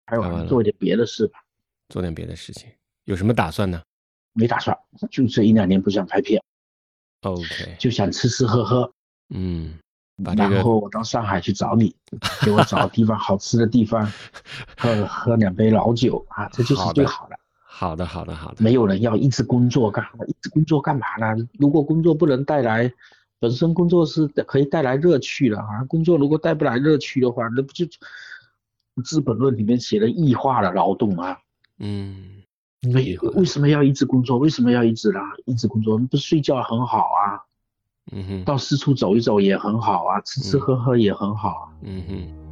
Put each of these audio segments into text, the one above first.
拍完拍完了， 做一点别的事吧。 做点别的事情，有什么打算呢没打算，就这一两年不想拍片， ？OK， 就想吃吃喝喝。 嗯，把这个然后我到上海去找你，给我找地方好吃的地方，喝两杯老酒啊，这就是好的， 最好的。 好的，好的，好的， 没有人要一直工作干嘛？一直工作干嘛呢？如果工作不能带来，本身工作是可以带来乐趣的啊。工作如果带不来乐趣的话，那不就《资本论》里面写的异化的劳动啊？ 嗯， 为什么要一直工作？为什么要一直工作？不是睡觉很好啊， 嗯哼， 到四处走一走也很好啊，吃吃嗯喝喝也很好啊。 嗯哼。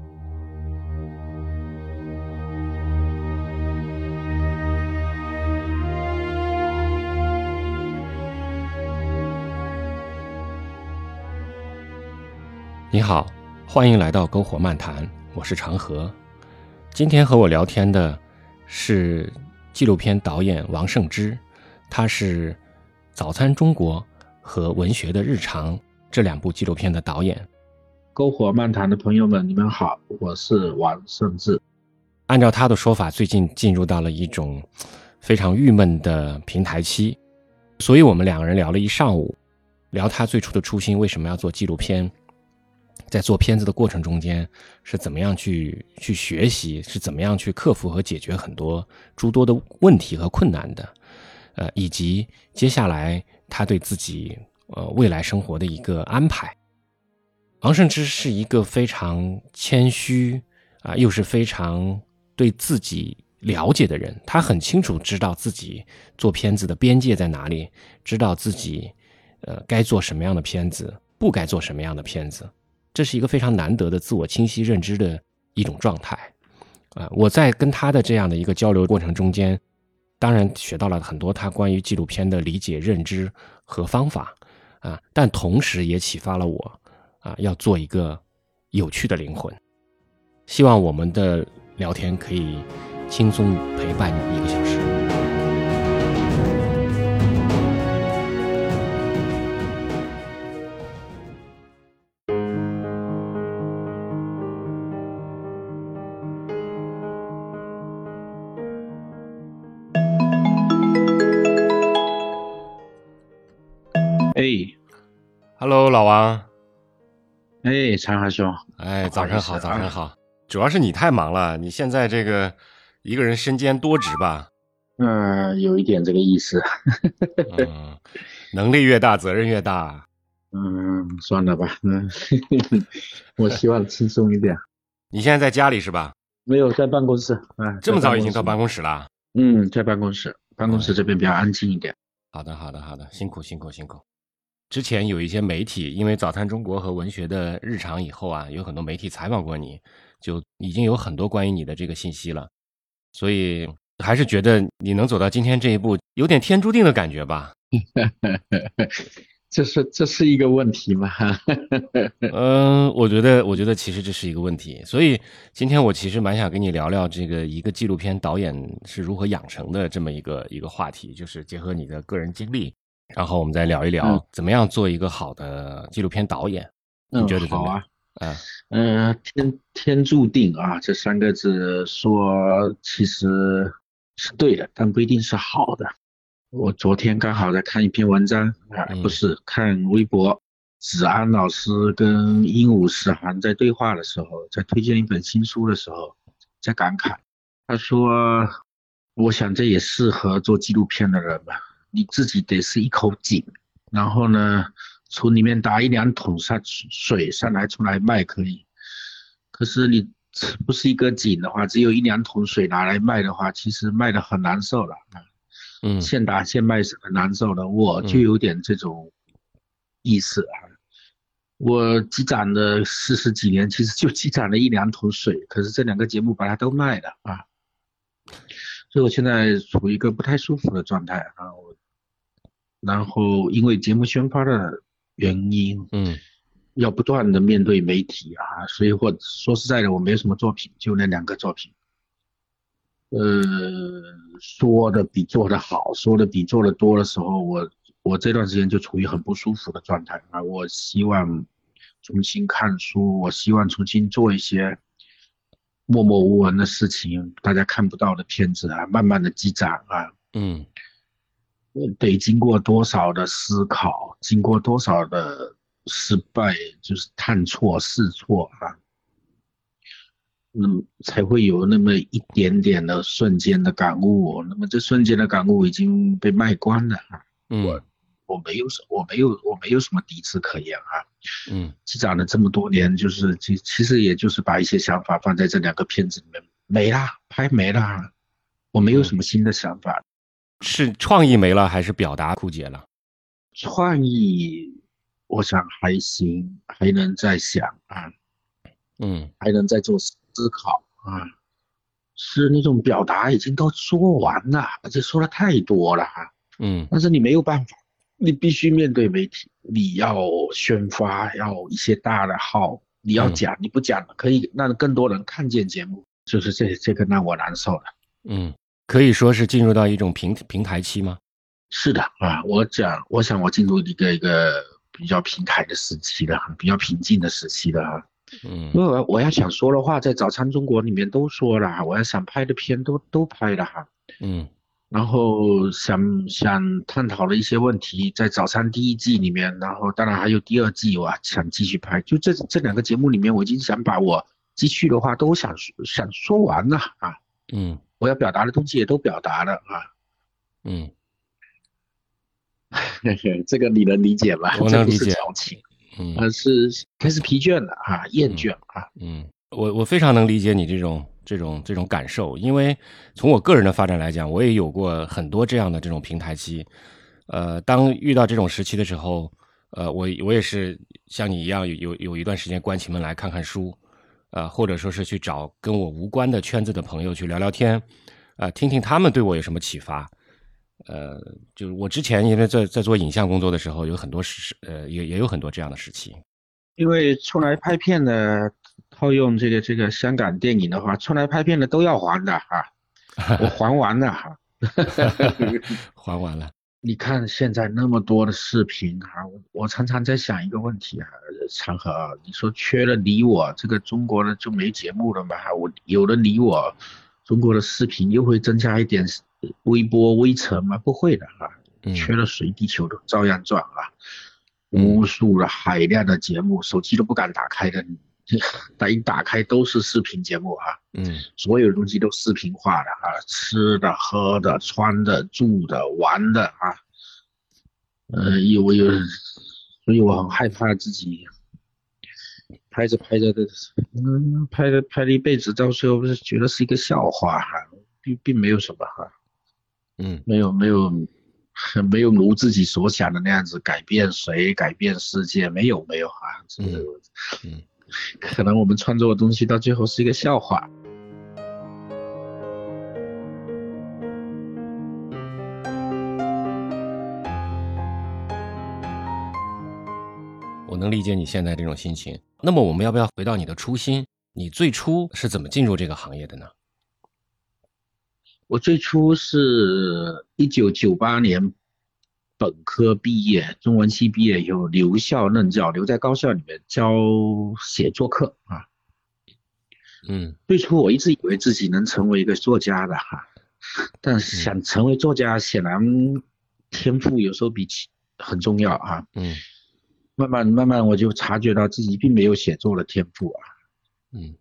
你好，欢迎来到篝火漫谈，我是长河。今天和我聊天的是纪录片导演王胜之，他是《早餐中国》和《文学的日常》这两部纪录片的导演。 篝火漫谈的朋友们，你们好，我是王胜志。 按照他的说法，最近进入到了一种非常郁闷的平台期，所以我们两个人聊了一上午，聊他最初的初心，为什么要做纪录片，在做片子的过程中间是怎么样去学习，是怎么样去克服和解决很多诸多的问题和困难的，以及接下来他对自己未来生活的一个安排。王胜之是一个非常谦虚又是非常对自己了解的人，他很清楚知道自己做片子的边界在哪里，知道自己该做什么样的片子，不该做什么样的片子。这是一个非常难得的自我清晰认知的一种状态。我在跟他的这样的一个交流过程中间，当然学到了很多他关于纪录片的理解、认知和方法但同时也启发了我要做一个有趣的灵魂。希望我们的聊天可以轻松陪伴你1个小时。 哎 Hello， 老王。 哎，长河兄， 哎， 不好早上好， 意思啊。 早上好。主要是你太忙了，你现在这个一个人身兼多职吧？ 有一点这个意思。 嗯，能力越大，责任越大。 算了吧。我希望轻松一点。 你现在在家里是吧？ 没有在办公室这么在办公室。 早已经到办公室了？ 在办公室，办公室哎， 这边比较安静一点。 好的，好的，好的，辛苦，辛苦，辛苦。之前有一些媒体，因为《早餐中国》和文学的日常以后有很多媒体采访过你，就已经有很多关于你的这个信息了，所以还是觉得你能走到今天这一步，有点天注定的感觉吧？ 这是一个问题吗？ 我觉得其实这是一个问题，所以今天我其实蛮想跟你聊聊这个一个纪录片导演是如何养成的这么一个话题，就是结合你的个人经历，然后我们再聊一聊怎么样做一个好的纪录片导演，你觉得怎么样？ 好啊。天注定啊，这三个字说其实是对的，但不一定是好的。我昨天刚好在看一篇文章不是看微博，子安老师跟鹦鹉史涵在对话的时候，在推荐一本新书的时候，在感慨。他说：“我想这也适合做纪录片的人吧，你自己得是一口井，然后呢，从里面打1-2桶水上来出来卖可以，可是你不是一个井的话，只有1-2桶水拿来卖的话，其实卖的很难受了。”现打现卖是很难受的，我就有点这种意思我积攒了40几年，其实就积攒了1-2桶水，可是这2个节目把它都卖了所以我现在处于一个不太舒服的状态然后因为节目宣发的原因，要不断的面对媒体所以说实在的，我没有什么作品，就那2个作品。说的比做的好，说的比做的多的时候，我这段时间就处于很不舒服的状态我希望重新看书，我希望重新做一些默默无闻的事情，大家看不到的片子啊，慢慢的积攒啊， 嗯得经过多少的思考，经过多少的失败，就是探错试错啊，才会有那么一点点的瞬间的感悟。那么这瞬间的感悟已经被卖光了啊！ 嗯我没有什么底子可言啊！ 嗯积攒了这么多年，其实也就是把一些想法放在这两个片子里面没啦，拍没啦，我没有嗯， 什么新的想法。 是创意没了还是表达枯竭了？ 创意我想还行，还能再想啊， 嗯还能再做思考啊。是那种表达已经都说完了，而且说的太多了哈。 嗯但是你没有办法，你必须面对媒体，你要宣发，要一些大的号，你要嗯讲，你不讲可以让更多人看见节目，就是这个让我难受了。 嗯，可以说是进入到一种平台期吗？ 是的啊，我想我进入一个比较平台的时期了，比较平静的时期了哈。 嗯因为我要想说的话，在早餐中国里面都说了，我要想拍的片都拍了哈。 嗯然后想探讨的一些问题，在早餐第一季里面，然后当然还有第二季，我想继续拍。就这两个节目里面，我已经想把我继续的话都想说完了啊， 嗯我要表达的东西也都表达了啊。 嗯， 这个你能理解吧？这不是我能理解。 矫情， 嗯而是开始疲倦了啊，厌嗯倦啊。 嗯，我非常能理解你这种感受，因为从我个人的发展来讲，我也有过很多这样的这种平台期。当遇到这种时期的时候，我也是像你一样有一段时间关起门来看看书，或者说是去找跟我无关的圈子的朋友去聊聊天，听听他们对我有什么启发。就是我之前因为在做影像工作的时候，有很多也有很多这样的时期。 因为出来拍片的，套用这个香港电影的话，出来拍片的都要还的哈，我还完了哈。 还完了。 你看现在那么多的视频哈，我常常在想一个问题啊，长河啊，你说缺了你我，这个中国的就没节目了吗？我有了你我，中国的视频又会增加一点微波微尘吗？不会的啊， 嗯缺了谁，地球都照样转啊。 嗯无数的海量的节目，手机都不敢打开的，但一打开都是视频节目啊， 嗯所有东西都视频化的啊，吃的、喝的、穿的、住的、玩的啊，所以我很害怕自己拍着拍着的，拍了一辈子，到时候是觉得是一个笑话哈，并没有什么哈， 嗯没有没有如自己所想的那样子改变谁，改变世界，没有啊， 嗯嗯。 可能我们创作的东西到最后是一个笑话。 我能理解你现在这种心情。那么我们要不要回到你的初心？你最初是怎么进入这个行业的呢？ 我最初是1998年本科毕业，中文系毕业以后留校任教，留在高校里面教写作课啊。 嗯最初我一直以为自己能成为一个作家的哈，但嗯想成为作家，显然天赋有时候很重要啊。 嗯慢慢我就察觉到自己并没有写作的天赋啊。 嗯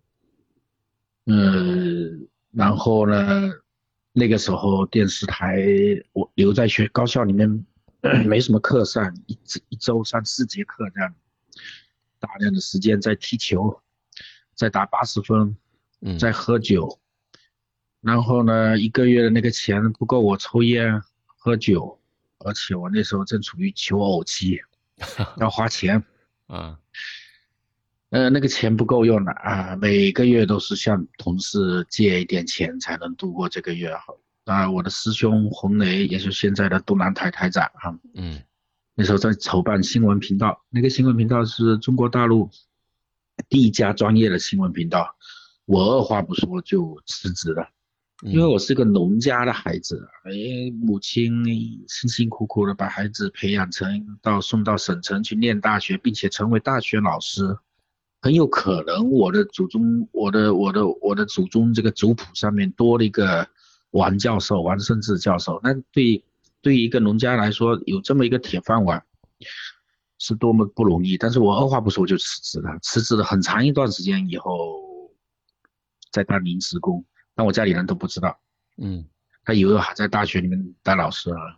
然后呢，那个时候电视台我留在高校里面，没什么课上，一周上4节课这样，大量的时间在踢球，在打80分， 嗯在喝酒，然后呢，一个月的那个钱不够我抽烟喝酒，而且我那时候正处于求偶期，要花钱。 啊那个钱不够用的啊，每个月都是向同事借一点钱才能度过这个月。我的师兄洪雷也是现在的东南台台长啊， 嗯那时候在筹办新闻频道，那个新闻频道是中国大陆第一家专业的新闻频道，我二话不说就辞职了。因为嗯我是个农家的孩子，母亲辛辛苦苦的把孩子培养成送到省城去念大学，并且成为大学老师。 很有可能我的祖宗，我的祖宗这个族谱上面多了一个王教授，王胜志教授。那对于一个农家来说，有这么一个铁饭碗，是多么不容易。但是我二话不说就辞职了，辞职了很长一段时间以后，在当临时工，但我家里人都不知道。他以为我还在大学里面当老师啊。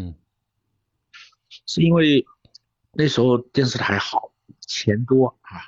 是因为那时候电视台好，钱多啊。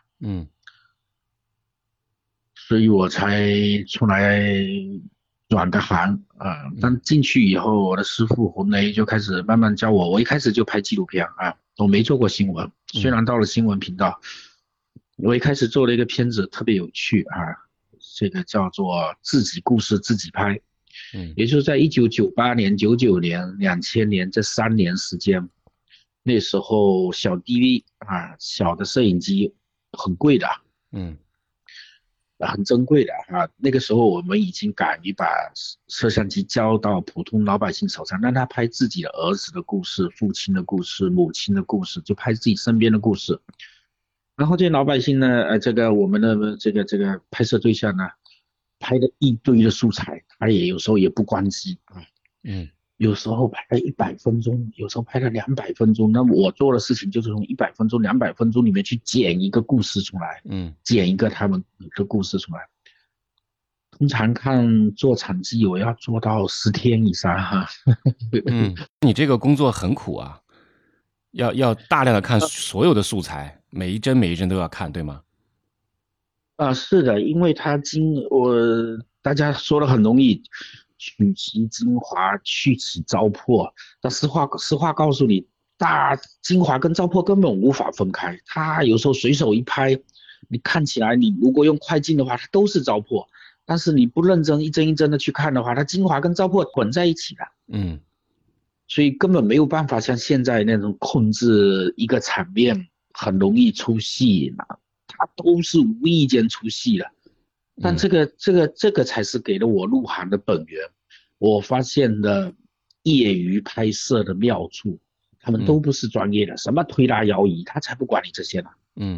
所以我才出来转个行啊。但进去以后，我的师傅洪雷就开始慢慢教我。我一开始就拍纪录片啊，我没做过新闻，虽然到了新闻频道，我一开始做了一个片子特别有趣啊，这个叫做自己故事自己拍。也就是在1998年、99年、2000年这3年时间，那时候小 DV 啊，小的摄影机很贵的。很珍贵的啊。那个时候我们已经敢于把摄像机交到普通老百姓手上，让他拍自己的儿子的故事、父亲的故事、母亲的故事，就拍自己身边的故事。然后这些老百姓呢，这个我们的这个拍摄对象呢，拍了一堆的素材，他也有时候也不关机啊。有时候拍了100分钟，有时候拍了200分钟。那我做的事情就是从100分钟、200分钟里面去剪一个故事出来，剪一个他们的故事出来。通常看做场记，我要做到10天以上哈。 你这个工作很苦啊，要大量的看所有的素材，每一帧每一帧都要看，对吗？ 是的，因为大家说的很容易，取其精华，去其糟粕。但实话告诉你，精华跟糟粕根本无法分开。他有时候随手一拍，你看起来你如果用快进的话，它都是糟粕。但是你不认真一帧一帧的去看的话，它精华跟糟粕混在一起了。所以根本没有办法像现在那种控制一个场面很容易出戏嘛，它都是无意间出戏的。但这个才是给了我入行的本源。我发现的业余拍摄的妙处，他们都不是专业的，什么推拉摇移，他才不管你这些呢。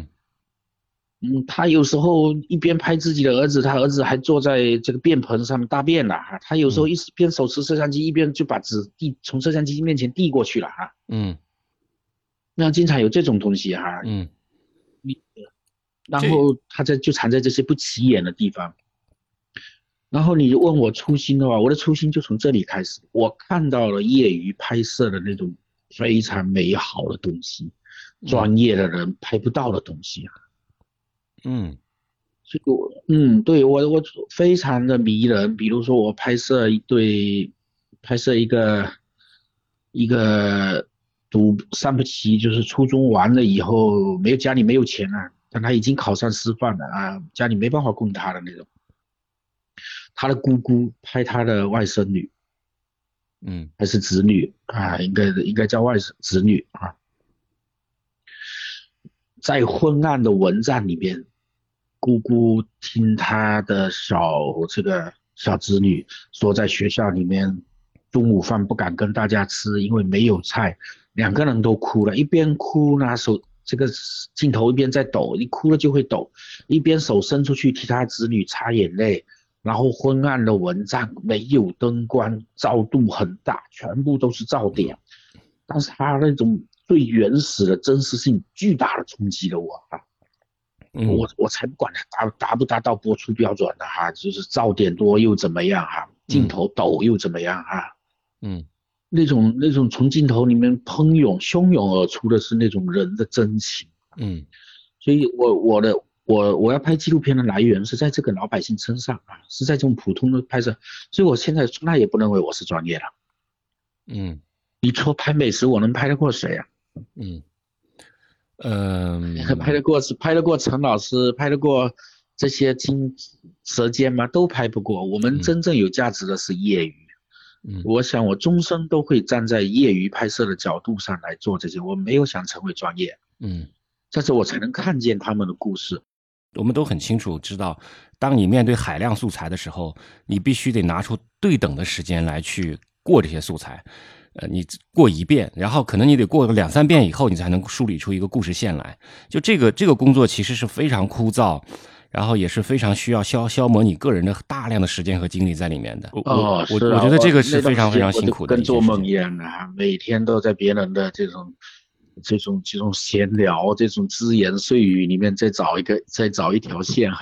他有时候一边拍自己的儿子，他儿子还坐在这个便盆上面大便了哈。他有时候一边手持摄像机，一边就把纸从摄像机面前递过去了哈。那经常有这种东西哈。然后他就藏在这些不起眼的地方。然后你问我初心的话，我的初心就从这里开始。我看到了业余拍摄的那种非常美好的东西，专业的人拍不到的东西。所以对，我非常的迷人。比如说我拍摄一个读上不起，就是初中完了以后家里没有钱啊，但他已经考上师范了啊，家里没办法供他的那种。他的姑姑拍他的外甥女，还是侄女啊，应该叫侄女啊。在昏暗的蚊帐里面，姑姑听他的小侄女说，在学校里面中午饭不敢跟大家吃，因为没有菜。2个人都哭了，一边哭拿手，这个镜头一边在抖，你哭了就会抖，一边手伸出去替他侄女擦眼泪。然后昏暗的蚊帐，没有灯光，照度很大，全部都是噪点。但是他那种最原始的真实性巨大的冲击了我啊。我才不管它达不达到播出标准的哈，就是噪点多又怎么样哈，镜头抖又怎么样哈。那种从镜头里面汹涌而出的是那种人的真情。所以我要拍纪录片的来源是在这个老百姓身上啊，是在这种普通的拍摄。所以我现在从来也不认为我是专业的。你说拍美食，我能拍得过谁啊？拍得过陈老师，拍得过这些金舌尖吗？都拍不过。我们真正有价值的是业余。我想我终生都会站在业余拍摄的角度上来做这些，我没有想成为专业。这次我才能看见他们的故事。 我们都很清楚知道，当你面对海量素材的时候，你必须得拿出对等的时间来去过这些素材。 你过一遍，然后可能你得过个2-3遍以后，你才能梳理出一个故事线来。就这个工作其实是非常枯燥，然后也是非常需要消磨你个人的大量的时间和精力在里面的。我觉得这个是非常非常辛苦的一件事情。 跟做梦一样的，每天都在别人的这种闲聊、这种只言碎语里面再找一条线。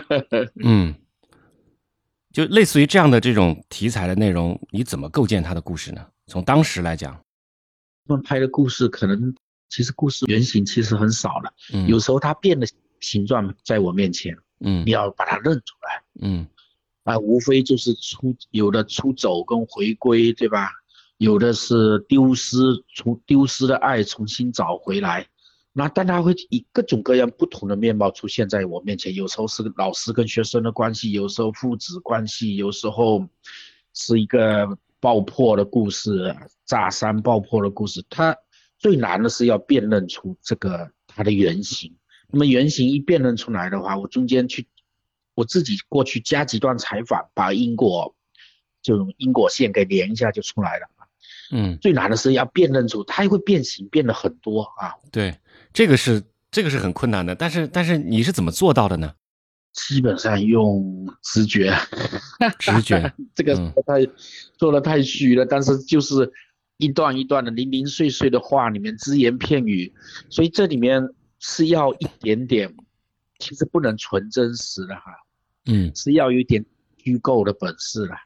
就类似于这样的这种题材的内容，你怎么构建它的故事呢？从当时来讲， 他们拍的故事其实故事原型其实很少的，有时候它变的形状在我面前，你要把它认出来，无非就是有的出走跟回归，对吧？有的是丢失的爱重新找回来。但它会以各种各样不同的面貌出现在我面前，有时候是老师跟学生的关系，有时候父子关系，有时候是一个爆破的故事，炸山爆破的故事。它最难的是要辨认出它的原型。那么原型一辨认出来的话，我自己过去加几段采访，把因果线给连一下就出来了。最难的是要辨认出，它会变形，变得很多啊。 对，这个是很困难的，但是你是怎么做到的呢？ 基本上用直觉。这个做的太虚了，但是就是一段一段的零零碎碎的话里面只言片语，所以这里面是要一点点，其实不能纯真实的哈，是要有一点虚构的本事的。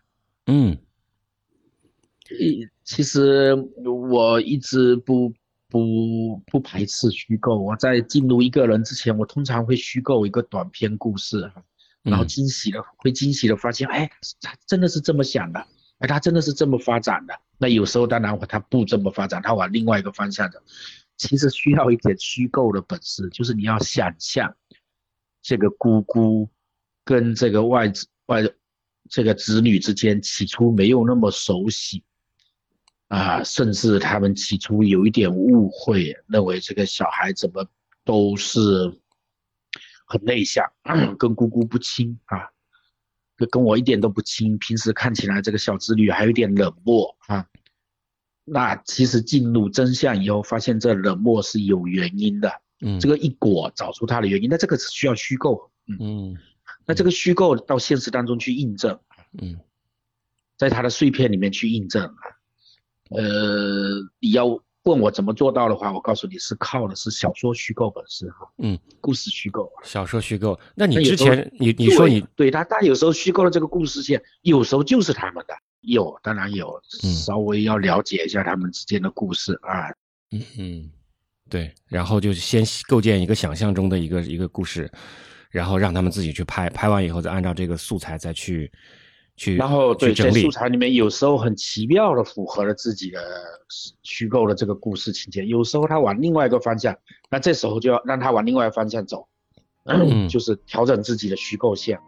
其实我一直不排斥虚构。我在进入一个人之前，我通常会虚构一个短篇故事，然后会惊喜的发现，他真的是这么想的，他真的是这么发展的。那有时候当然他不这么发展，他往另外一个方向走。其实需要一点虚构的本事，就是你要想象这个姑姑跟这个这个子女之间起初没有那么熟悉。甚至他们起初有一点误会，认为这个小孩怎么都是很内向，跟姑姑不亲跟我一点都不亲。平时看起来这个小子女还有点冷漠那其实进入真相以后，发现这冷漠是有原因的。这个一果找出它的原因，那这个是需要虚构。那这个虚构到现实当中去印证。在他的碎片里面去印证。你要问我怎么做到的话，我告诉你是靠的是小说虚构本事故事虚构， 小说虚构。那你之前你说你对他有时候虚构的这个故事线，有时候就是他们的，当然有，稍微要了解一下他们之间的故事对，然后就先构建一个想象中的一个故事，然后让他们自己去拍，拍完以后再按照这个素材再去然后对， 整理。 在素材里面有时候很奇妙的符合了自己的虚构的这个故事情节，有时候他往另外一个方向，那这时候就要让他往另外一个方向走，就是调整自己的虚构线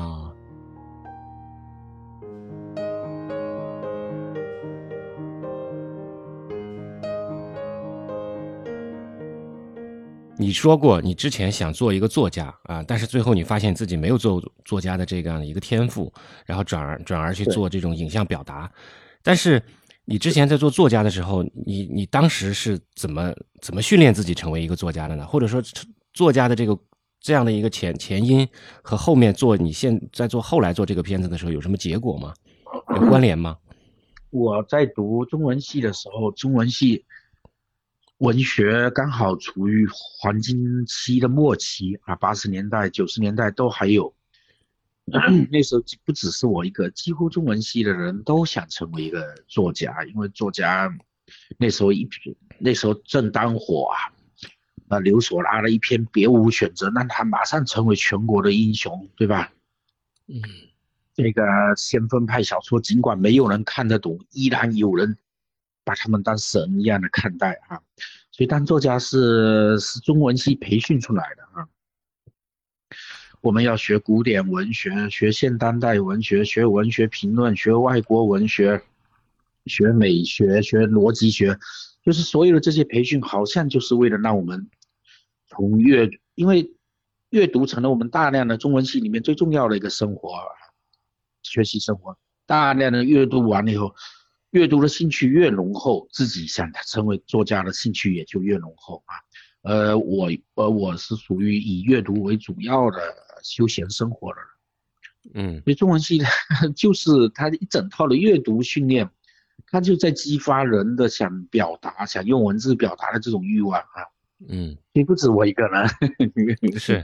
你说过你之前想做一个作家但是最后你发现自己没有做作家的这样的一个天赋，然后转而去做这种影像表达。但是你之前在做作家的时候，你当时是怎么训练自己成为一个作家的呢？或者说作家的这样的一个前因和后面你现在后来做这个片子的时候有什么结果吗？有关联吗？ 我在读中文系的时候，中文系文学刚好处于黄金期的末期80年代、90年代都还有。那时候不只是我一个，几乎中文系的人都想成为一个作家，因为作家那时候正当火刘索拉的一篇《别无选择》让他马上成为全国的英雄，对吧？这个先锋派小说尽管没有人看得懂，依然有人把他们当神一样的看待所以当作家是中文系培训出来的我们要学古典文学，学现当代文学，学文学评论，学外国文学，学美学，学逻辑学，就是所有的这些培训好像就是为了让我们因为阅读成了我们大量的中文系里面最重要的一个学习生活。大量的阅读完了以后， 阅读的兴趣越浓厚，自己想成为作家的兴趣也就越浓厚啊。我是属于以阅读为主要的休闲生活的人。所以中文系呢，就是它一整套的阅读训练，它就在激发人的想表达、想用文字表达的这种欲望啊。所以不止我一个人。 是。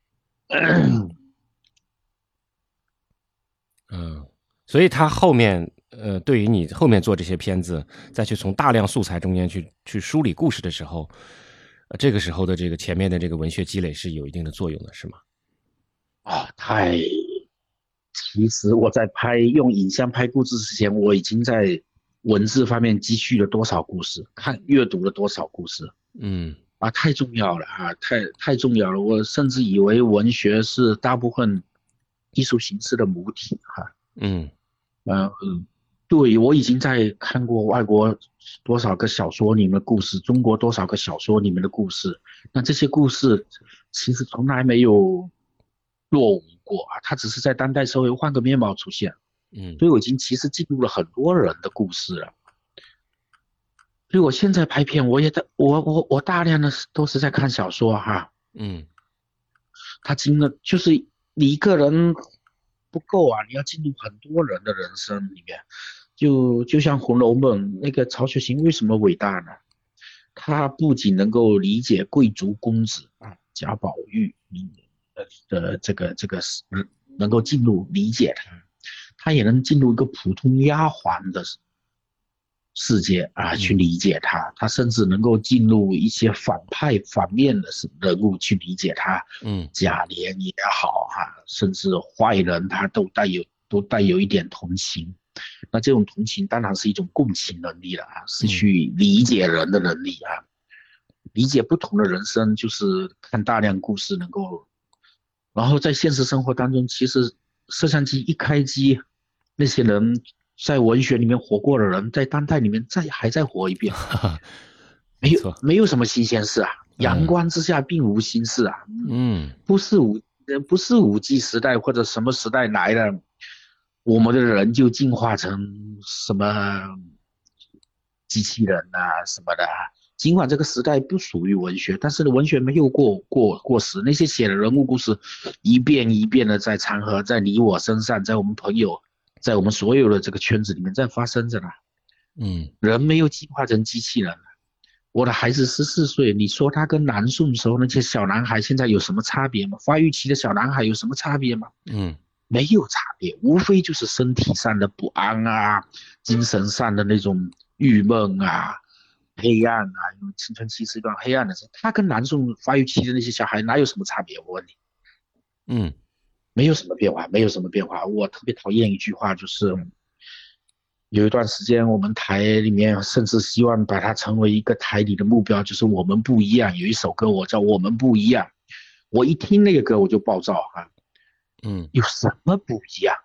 所以他后面对于你后面做这些片子，再去从大量素材中间去梳理故事的时候，这个时候的这个前面的这个文学积累是有一定的作用的，是吗？ 其实我在用影像拍故事之前，我已经在文字方面积蓄了多少故事，阅读了多少故事。太重要了啊，太重要了。我甚至以为文学是大部分艺术形式的母体哈。对，我已经在看过外国多少个小说里面的故事，中国多少个小说里面的故事，那这些故事其实从来没有落伍过啊，它只是在当代社会换个面貌出现。所以我已经其实记录了很多人的故事了。所以我现在拍片，我大量的都是在看小说哈。他就是你一个人不够啊，你要进入很多人的人生里面。就像《红楼梦》那个曹雪芹为什么伟大呢？他不仅能够理解贵族公子啊贾宝玉的这个能够进入理解他也能进入一个普通丫鬟的世界啊，去理解他。他甚至能够进入一些反面的人物去理解他。贾琏也好甚至坏人他都带有一点同情。那这种同情当然是一种共情能力了啊，是去理解人的能力啊。理解不同的人生，就是看大量故事能够。然后在现实生活当中，其实摄像机一开机，那些人在文学里面活过的人，在当代里面还在活一遍。没有什么新鲜事啊，阳光之下并无新事啊。不是 5G 时代或者什么时代来的，我们的人就进化成什么机器人啊什么的。尽管这个时代不属于文学，但是文学没有过时。那些写的人物故事一遍一遍的在长河，在你我身上，在我们朋友，在我们所有的这个圈子里面在发生着呢。人没有进化成机器人。我的孩子14岁，你说他跟南宋时候那些小男孩现在有什么差别吗？发育期的小男孩有什么差别吗？没有差别，无非就是身体上的不安啊，精神上的那种郁闷啊，黑暗啊。因为青春期是一段黑暗的时候，他跟南宋发育期的那些小孩哪有什么差别？我问你。没有什么变化，没有什么变化。我特别讨厌一句话，就是有一段时间我们台里面甚至希望把它成为一个台里的目标，就是我们不一样。有一首歌我叫我们不一样，我一听那个歌我就暴躁啊。有什么不一样？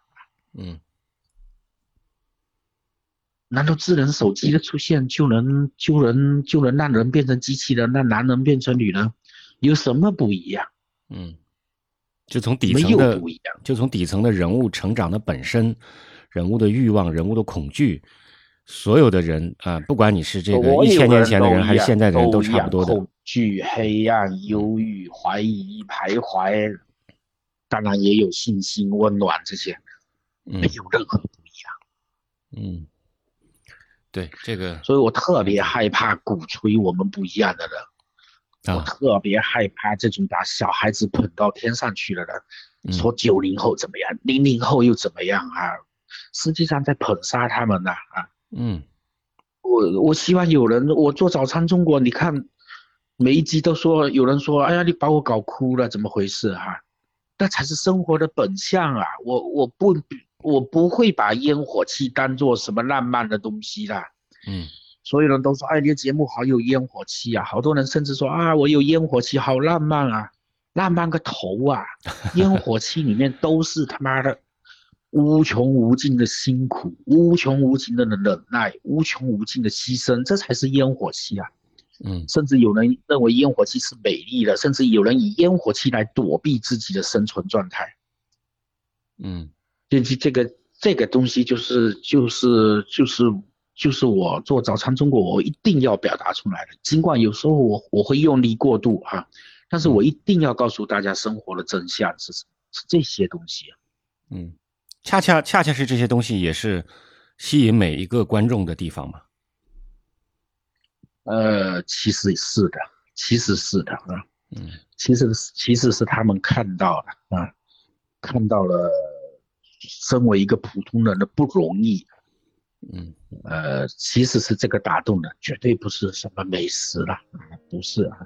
难道智能手机的出现就能让人变成机器人，让男人变成女人？有什么不一样？ 就从底层的人物成长的本身，人物的欲望，人物的恐惧，所有的人啊，不管你是这个1000年前的人还是现在的人，都差不多的。 恐惧、黑暗、忧郁、怀疑、徘徊，当然也有信心、温暖，这些没有任何不一样。 对这个， 所以我特别害怕鼓吹我们不一样的人。我特别害怕这种把小孩子捧到天上去的人，说90后怎么样，00后又怎么样啊？实际上在捧杀他们啊。我希望有人，我做早餐中国，你看每一集都说有人说，哎呀，你把我搞哭了，怎么回事哈？那才是生活的本相啊！我不会把烟火气当做什么浪漫的东西啦。所有人都说，哎，你的节目好有烟火气啊！好多人甚至说啊，我有烟火气，好浪漫啊！浪漫个头啊！烟火气里面都是他妈的无穷无尽的辛苦，无穷无尽的忍耐，无穷无尽的牺牲，这才是烟火气啊！甚至有人认为烟火气是美丽的，甚至有人以烟火气来躲避自己的生存状态。这个东西就是就是我做早餐中国，我一定要表达出来的。尽管有时候我会用力过度哈，但是我一定要告诉大家生活的真相是什么，是这些东西。 恰恰是这些东西也是吸引每一个观众的地方嘛。 其实是的，其实是的啊，其实是他们看到了啊，看到了身为一个普通人的不容易。其实是这个打动的，绝对不是什么美食了，不是啊。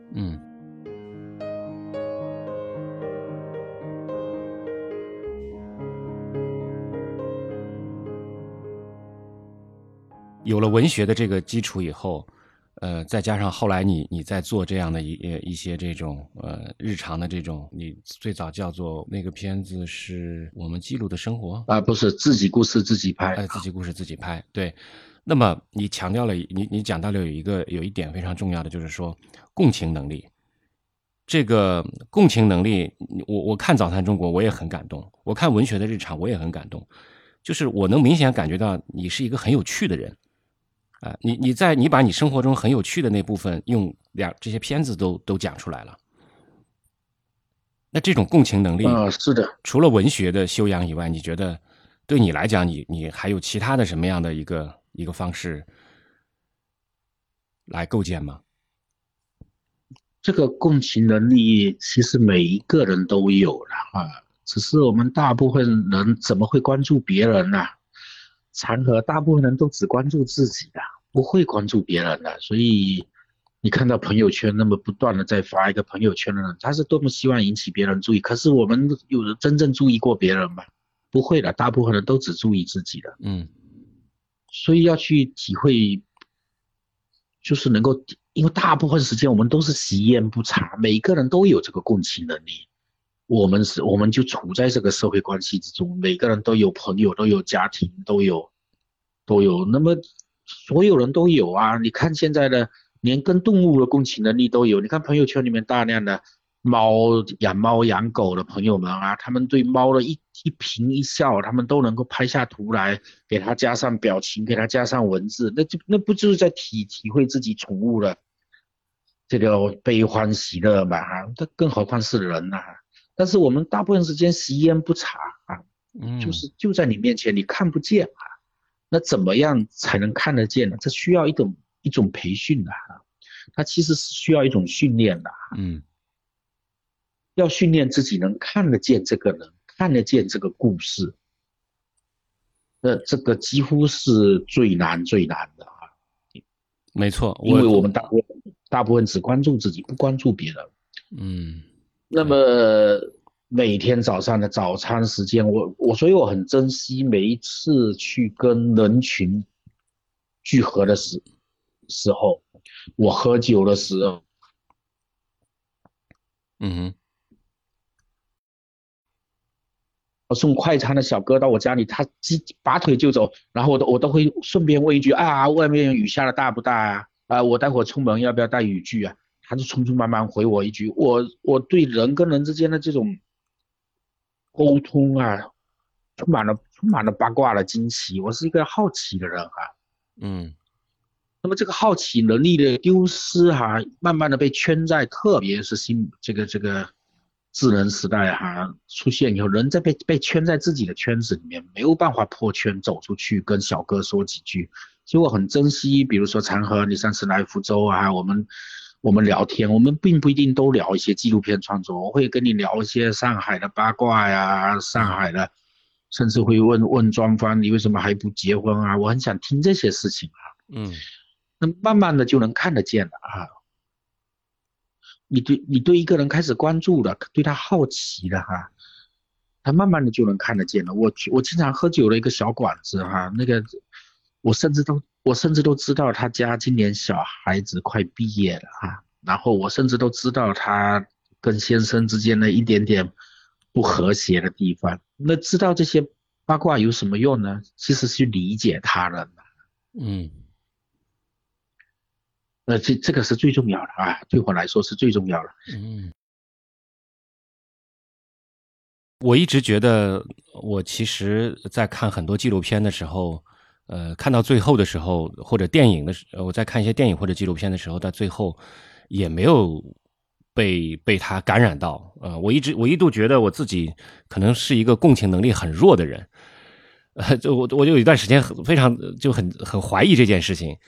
有了文学的这个基础以后，再加上后来你在做这样的一些这种日常的这种，你最早叫做那个片子是我们记录的生活啊，不是自己故事自己拍， 自己故事自己拍，对。那么你强调了，你讲到了有一点非常重要的，就是说共情能力。这个共情能力，我看《早餐中国》我也很感动，我看文学的日常我也很感动，就是我能明显感觉到你是一个很有趣的人。你把你生活中很有趣的那部分用这些片子都讲出来了。那这种共情能力， 是的， 除了文学的修养以外，你觉得对你来讲，你还有其他的什么样的一个方式来构建吗？ 这个共情能力其实每一个人都有了啊，只是我们大部分人怎么会关注别人呢？残和大部分人都只关注自己的，不会关注别人的。所以你看到朋友圈那么不断的在发一个朋友圈的人，他是多么希望引起别人注意。可是我们有人真正注意过别人吗？不会的，大部分人都只注意自己的。所以要去体会，就是能够，因为大部分时间我们都是习焉不察，每一个人都有这个共情能力。我们就处在这个社会关系之中，每个人都有朋友，都有家庭，都有，那么所有人都有啊。你看现在的，连跟动物的共情能力都有。你看朋友圈里面大量的猫养狗的朋友们啊，他们对猫的一颦一笑，他们都能够拍下图来，给它加上表情，给它加上文字，那不就是在体会自己宠物的这个悲欢喜乐嘛？这更何况是人啊。但是我们大部分时间习焉不察啊，就在你面前你看不见啊，那怎么样才能看得见呢？这需要一种培训的啊，它其实是需要一种训练的。要训练自己能看得见这个人，看得见这个故事，那这个几乎是最难的啊。 没错， 因为我们大部分只关注自己，不关注别人。那么每天早上的早餐时间，所以我很珍惜每一次去跟人群聚合的时候，我喝酒的时候，送快餐的小哥到我家里，他拔腿就走，然后我都会顺便问一句啊，外面雨下的大不大啊？我待会出门要不要带雨具啊？他就匆匆忙忙回我一句，我对人跟人之间的这种沟通啊，充满了八卦的惊奇。我是一个好奇的人啊。那么这个好奇能力的丢失慢慢的被圈在，特别是这个智能时代出现以后，人在被圈在自己的圈子里面，没有办法破圈走出去跟小哥说几句。所以我很珍惜，比如说长河，你上次来福州我们聊天，我们并不一定都聊一些纪录片创作，我会跟你聊一些上海的八卦呀，上海的，甚至会问庄方你为什么还不结婚啊？我很想听这些事情那慢慢的就能看得见了你对一个人开始关注了，对他好奇了他慢慢的就能看得见了。我经常喝酒的一个小馆子那个我甚至都知道他家今年小孩子快毕业了然后我甚至都知道他跟先生之间的一点点不和谐的地方。那知道这些八卦有什么用呢？其实是去理解他人这个是最重要的对我来说是最重要的。 我一直觉得，我其实在看很多纪录片的时候， 看到最后的时候，或者电影的我在看一些电影或者纪录片的时候，到最后也没有被他感染到。我一度觉得我自己可能是一个共情能力很弱的人。我就有一段时间非常很怀疑这件事情。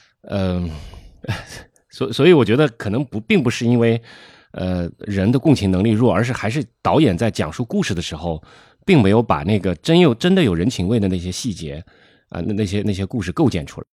所以我觉得可能并不是因为人的共情能力弱，而是还是导演在讲述故事的时候，并没有把那个真的有人情味的那些细节那些故事构建出来。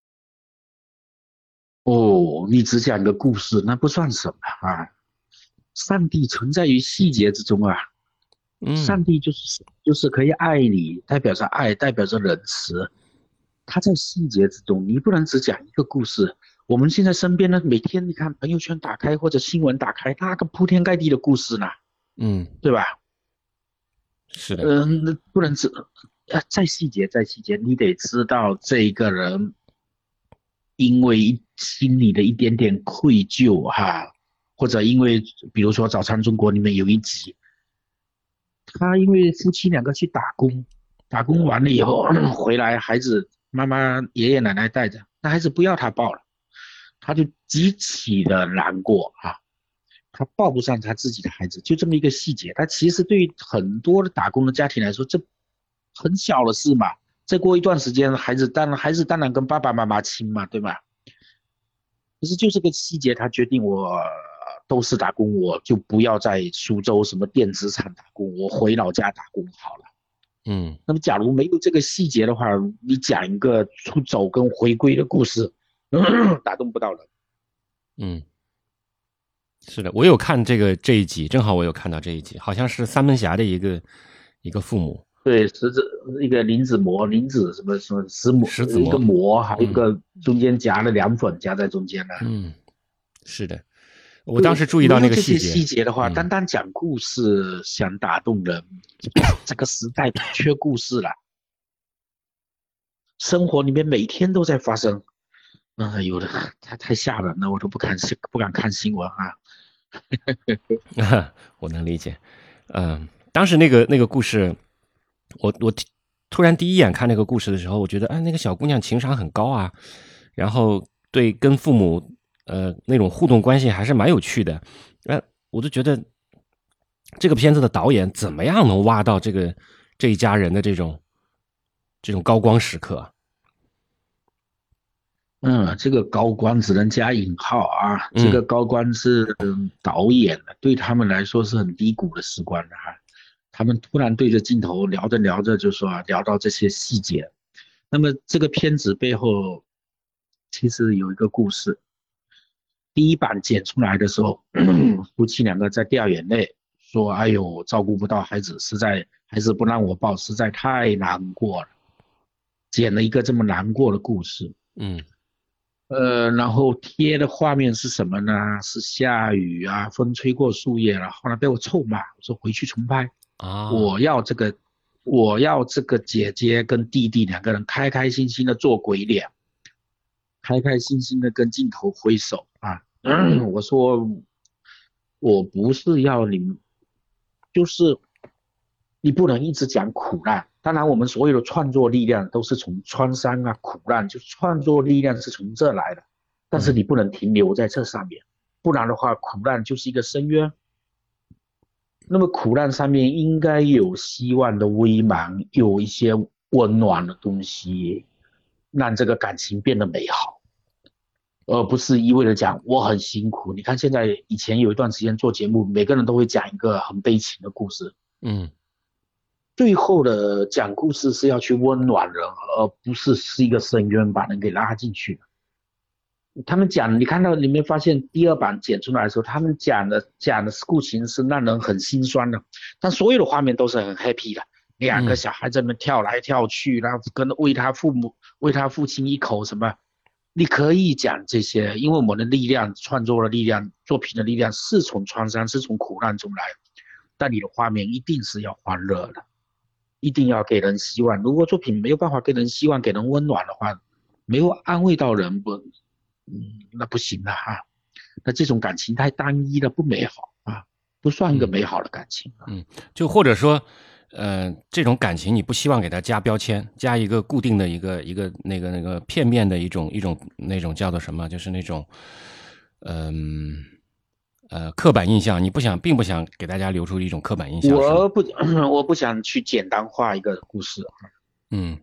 哦，你只讲个故事，那不算什么啊。上帝存在于细节之中啊。上帝就是可以爱你，代表着爱，代表着仁慈。他在细节之中，你不能只讲一个故事。我们现在身边呢，每天你看朋友圈打开或者新闻打开，那个铺天盖地的故事呢，对吧？ 是的。 那不能只再细节，你得知道这个人因为心里的一点点愧疚哈，或者因为比如说《早餐中国》里面有一集，他因为夫妻两个去打工，打工完了以后回来，孩子妈妈爷爷奶奶带着，那孩子不要他抱了，他就极其的难过啊。他抱不上他自己的孩子，就这么一个细节。他其实对于很多的打工的家庭来说，这很小的事嘛。再过一段时间，孩子当然跟爸爸妈妈亲嘛，对吧？可是就这个细节，他决定我都是打工，我就不要在苏州什么电子厂打工，我回老家打工好了。那么假如没有这个细节的话，你讲一个出走跟回归的故事，打动不到人。 是的，我有看这一集，正好我有看到这一集，好像是三门峡的一个父母。 对，一个林子馍，林子什么石馍，一个馍，还有一个中间夹了凉粉夹在中间的。 是的，我当时注意到那个细节。 这些细节的话，单单讲故事想打动人，这个时代缺故事了。生活里面每天都在发生，有的太吓人了，我都不敢看新闻啊。 我能理解。当时那个故事，我突然第一眼看那个故事的时候，我觉得那个小姑娘情商很高啊，然后跟父母那种互动关系还是蛮有趣的。我就觉得这个片子的导演怎么样能挖到这一家人的这种高光时刻？ 这个高光只能加引号啊，这个高光是导演的，对他们来说是很低谷的时光的哈。他们突然对着镜头聊着聊着就说聊到这些细节。那么这个片子背后其实有一个故事。第一版剪出来的时候，夫妻两个在掉眼泪，说哎呦照顾不到孩子，实在孩子不让我抱，实在太难过了。剪了一个这么难过的故事。然后贴的画面是什么呢？是下雨啊，风吹过树叶了。后来被我臭骂，我说回去重拍。我要这个姐姐跟弟弟两个人开开心心的做鬼脸，开开心心的跟镜头挥手啊。我说我不是要你们，就是你不能一直讲苦难。当然我们所有的创作力量都是从创伤啊苦难，就创作力量是从这来的，但是你不能停留在这上面，不然的话苦难就是一个深渊。那么苦难上面应该有希望的微芒，有一些温暖的东西，让这个感情变得美好，而不是一味的讲我很辛苦。你看现在以前有一段时间做节目，每个人都会讲一个很悲情的故事。最后的讲故事是要去温暖人，而不是一个深渊把人给拉进去。他们讲，你看到里面发现第二版剪出来的时候，他们讲的故情是让人很心酸的，但所有的画面都是很 happy 的。两个小孩在那边跳来跳去，然后跟喂他父亲一口什么。你可以讲这些，因为我们的力量、创作的力量、作品的力量是从创伤、是从苦难中来的，但你的画面一定是要欢乐的。一定要给人希望。如果作品没有办法给人希望、给人温暖的话，没有安慰到人，那不行了哈。那这种感情太单一了，不美好啊，不算一个美好的感情。 就或者说， 这种感情你不希望给它加标签，加一个固定的一个那个片面的一种那种叫做什么，就是那种刻板印象，你并不想给大家留出一种刻板印象，是吗？ 我不想去简单化一个故事。 嗯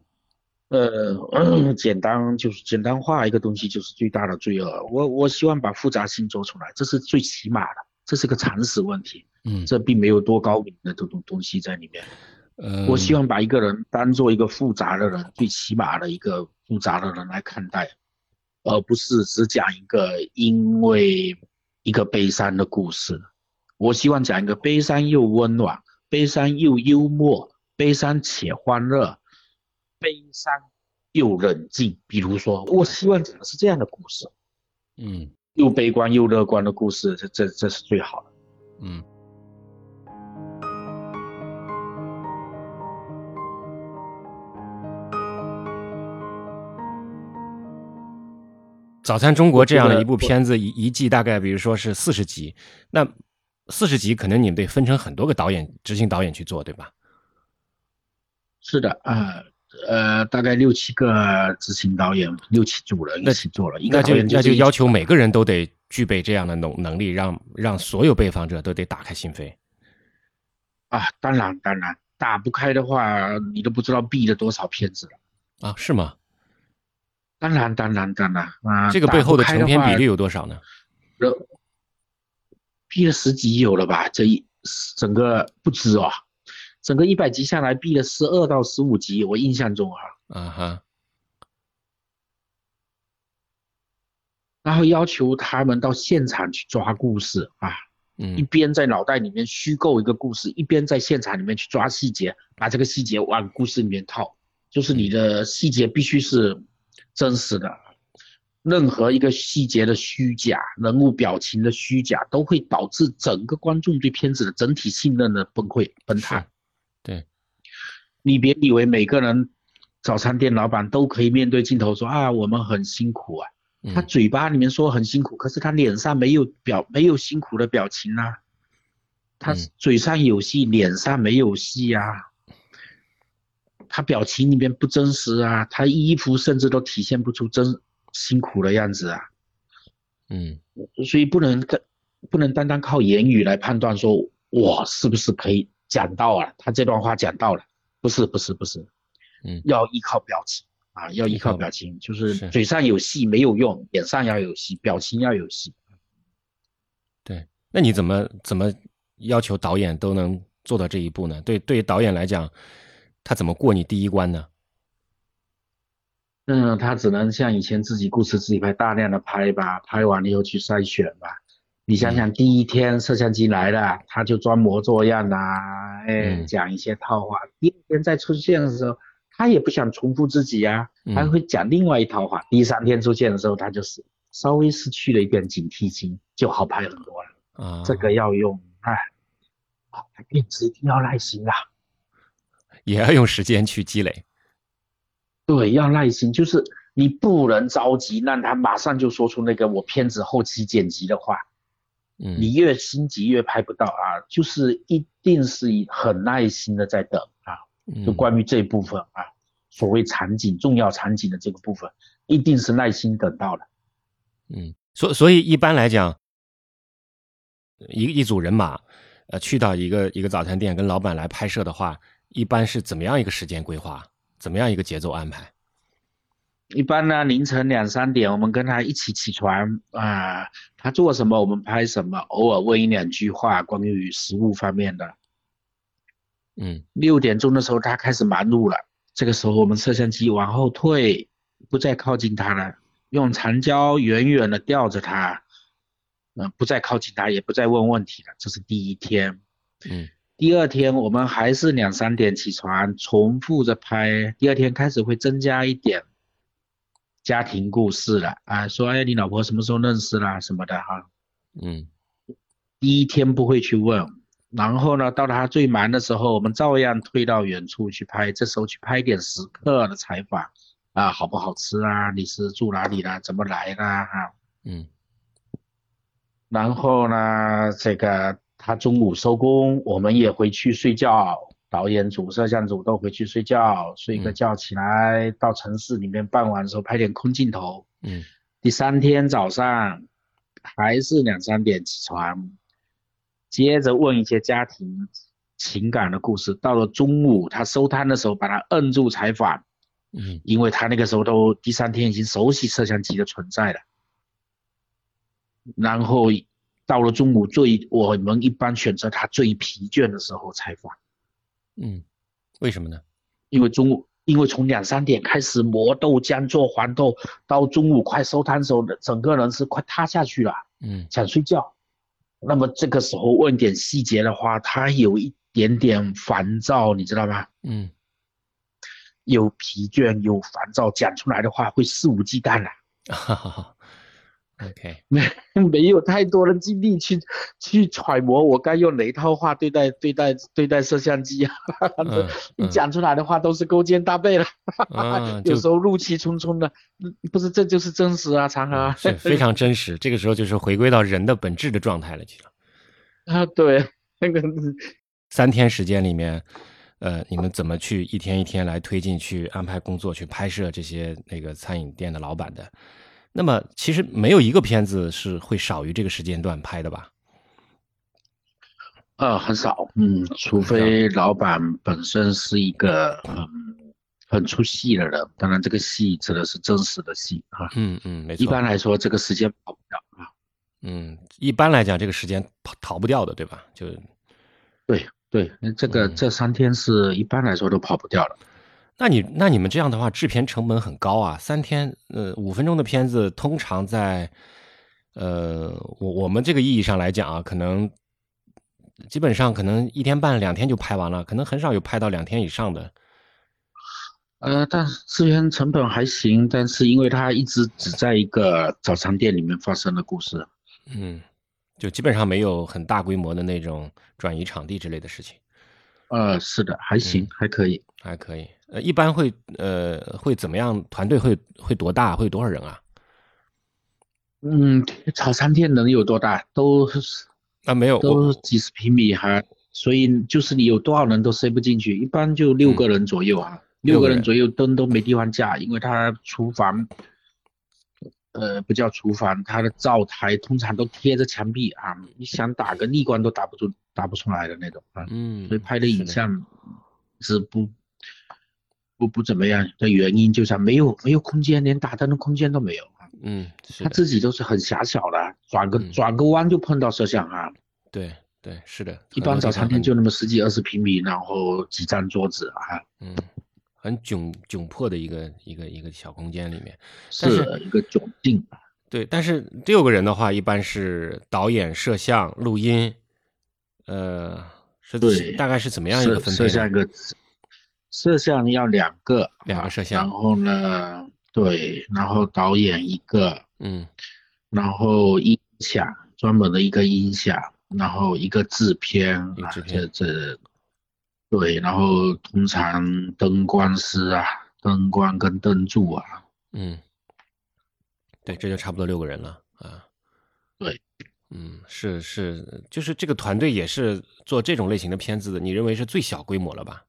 简单化一个东西就是最大的罪恶。我希望把复杂性做出来，这是最起码的，这是个常识问题。这并没有多高明的这种东西在里面。我希望把一个人当做一个复杂的人，最起码的一个复杂的人来看待，而不是只讲一个因为一个悲伤的故事。我希望讲一个悲伤又温暖，悲伤又幽默，悲伤且欢乐，悲伤又冷静。比如说，我希望讲的是这样的故事，又悲观又乐观的故事，这是最好的。 早餐中国这样的一部片子，一季大概比如说是40集，那40集可能你们得分成很多个执行导演去做，对吧？ 是的，大概6、7个执行导演，6、7组人一起做了。 那就要求每个人都得具备这样的能力，让所有被访者都得打开心扉。 当然，打不开的话，你都不知道避了多少片子了。 是吗？ 当然这个背后的成片比例有多少呢？ 避了10集有了吧？整个不止整个100集下来避了12到15集，我印象中然后要求他们到现场去抓故事一边在脑袋里面虚构一个故事，一边在现场里面去抓细节，把这个细节往故事里面套，就是你的细节必须是真实的。任何一个细节的虚假，人物表情的虚假，都会导致整个观众对片子的整体信任的崩塌。 对， 你别以为每个人早餐店老板都可以面对镜头说我们很辛苦他嘴巴里面说很辛苦，可是他脸上没有辛苦的表情他嘴上有戏，脸上没有戏他表情里面不真实他衣服甚至都体现不出辛苦的样子所以不能单单靠言语来判断说我是不是可以讲到他这段话讲到了，不是，要依靠表情要依靠表情，就是嘴上有戏没有用，脸上要有戏，表情要有戏。 对，那你怎么要求导演都能做到这一步呢？对导演来讲，他怎么过你第一关呢？ 他只能像以前自己故事自己拍，大量的拍吧，拍完了以后去筛选吧。你想想，第一天摄像机来了，他就装模作样讲一些套话。第二天再出现的时候，他也不想重复自己他会讲另外一套话。第3天出现的时候，他就是稍微失去了一点警惕心，就好拍很多了。这个要用片子一定要耐心也要用时间去积累。 对，要耐心，就是你不能着急让他马上就说出那个我片子后期剪辑的话。你越心急越拍不到就是一定是很耐心的在等就关于这部分所谓重要场景的这个部分，一定是耐心等到了。 所以一般来讲，一组人马去到一个早餐店跟老板来拍摄的话，一般是怎么样一个时间规划，怎么样一个节奏安排？ 一般呢，凌晨2、3点我们跟他一起起床他做什么我们拍什么，偶尔问1、2句话关于食物方面的。6点钟的时候他开始忙碌了，这个时候我们摄像机往后退，不再靠近他了，用长焦远远的吊着他，不再靠近他，也不再问问题了。这是第一天。第二天我们还是2、3点起床，重复着拍。第二天开始会增加一点家庭故事了说你老婆什么时候认识啦什么的第一天不会去问，然后呢到他最忙的时候，我们照样推到远处去拍，这时候去拍点时刻的采访好不好吃你是住哪里啦，怎么来啦然后呢这个他中午收工，我们也回去睡觉， 导演组、摄像组都回去睡觉，睡个觉起来到城市里面傍晚的时候拍点空镜头。第3天早上还是2、3点起床，接着问一些家庭情感的故事。到了中午他收摊的时候把他摁住采访，因为他那个时候都第3天已经熟悉摄像机的存在了。然后到了中午我们一般选择他最疲倦的时候采访。 为什么呢？ 因为从2、3点开始磨豆浆做黄豆，到中午快收摊的时候，整个人是快塌下去了，想睡觉。那么这个时候问点细节的话，他有一点点烦躁，你知道吗？有疲倦，有烦躁，讲出来的话会肆无忌惮了。 OK， 没有太多的精力去揣摩我该用哪一套话对待摄像机啊。你讲出来的话都是勾肩搭背了，有时候怒气冲冲的，不是，这就是真实啊，常常是非常真实。这个时候就是回归到人的本质的状态了，其实。 对，那个 3天时间里面，你们怎么去一天一天来推进，去安排工作，去拍摄这些那个餐饮店的老板的？那么其实没有一个片子是会少于这个时间段拍的吧？ 很少，除非老板本身是一个很出戏的人，当然这个戏指的是真实的戏啊。 没错。 一般来说这个时间跑不掉啊。 一般来讲这个时间逃不掉的，对吧？就对，这3天是一般来说都跑不掉的。 那你们这样的话，制片成本很高啊！3天，5分钟的片子，通常在我们这个意义上来讲啊，可能基本上可能1天半2天就拍完了，可能很少有拍到2天以上的。 但制片成本还行，但是因为它一直只在一个早餐店里面发生的故事， 就基本上没有很大规模的那种转移场地之类的事情。 是的，还行，还可以。 一般会怎么样？团队会多大？会有多少人啊？ 早餐店能有多大？都没有， 都几十平米哈，所以就是你有多少人都塞不进去，一般就6个人左右啊，6个人左右灯都没地方架，因为它厨房不叫厨房，它的灶台通常都贴着墙壁啊，你想打个逆光都打不出来的那种啊。所以拍的影像是不怎么样的原因，就是没有空间，连打灯的空间都没有啊。他自己都是很狭小的，转个弯就碰到摄像啊。 对，是的。 一般早餐店就那么10几20平米，然后几张桌子啊。 很窘迫的一个小空间里面， 是一个窘境。 对，但是6个人的话，一般是导演、摄像、录音， 对， 大概是怎么样一个分配呢？ 摄像要2个摄像， 然后呢，对，然后导演1个，然后音响专门的一个音响，然后一个制片，对，然后通常灯光师啊，灯光跟灯柱啊， 对，这就差不多6个人了啊。 对， 是，就是这个团队也是做这种类型的片子的，你认为是最小规模了吧？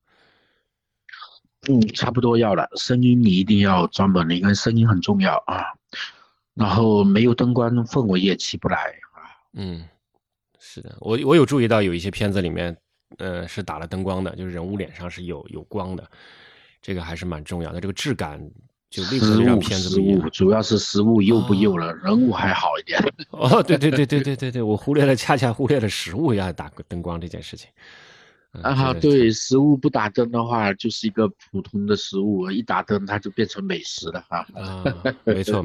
差不多要了。声音你一定要专门的，因为声音很重要啊。然后没有灯光，氛围也起不来啊。 是的，我有注意到有一些片子里面，是打了灯光的，就是人物脸上是有光的，这个还是蛮重要的。这个质感就立刻就让片子不一样。 主要是食物幼不幼了，人物还好一点。 对，我恰恰忽略了食物要打灯光这件事情。 对，食物不打灯的话，就是一个普通的食物，一打灯它就变成美食了哈。 没错。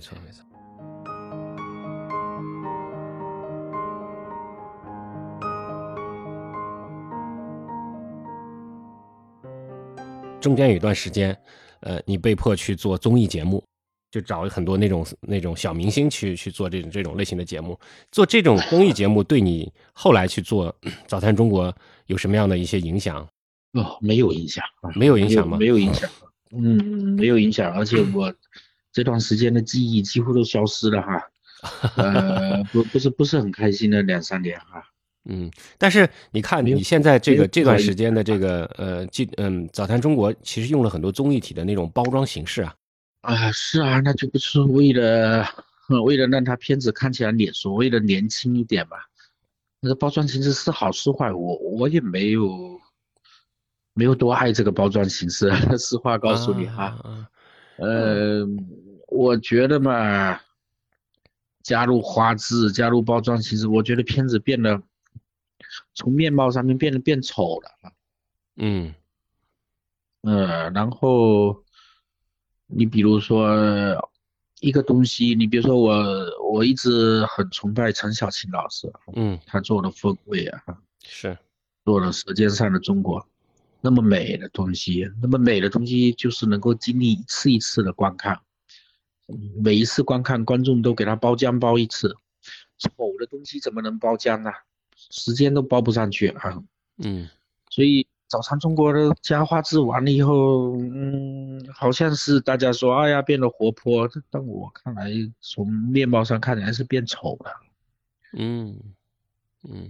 中间有一段时间，你被迫去做综艺节目，就找很多那种小明星去做这种类型的节目。做这种综艺节目对你后来去做早餐中国有什么样的一些影响？ 没有影响。 没有影响吗？ 没有影响。没有影响，而且我这段时间的记忆几乎都消失了哈。不是很开心的2、3年哈。 但是你看没有你现在没有这段时任何间的这个早餐中国其实用了很多综艺体的那种包装形式啊。 是啊，那就不是为了让他片子看起来所谓的年轻一点吧。那个包装形式是好是坏，我也没有多爱这个包装形式，实话告诉你哈。 啊啊呃，我觉得嘛，加入花枝，加入包装形式，我觉得片子从面貌上面变丑了。 嗯然后你比如说一个东西，你比如说我一直很崇拜陈小青老师， 嗯， 他做的《风味》 是， 做了《舌尖上的中国》，那么美的东西，那么美的东西就是能够经历一次一次的观看，每一次观看观众都给他包浆包一次，丑的东西怎么能包浆呢？时间都包不上去啊。 嗯所以早餐中国的加花枝完了以后，好像是大家说，哎呀变得活泼，但我看来从面貌上看起来是变丑了。 嗯嗯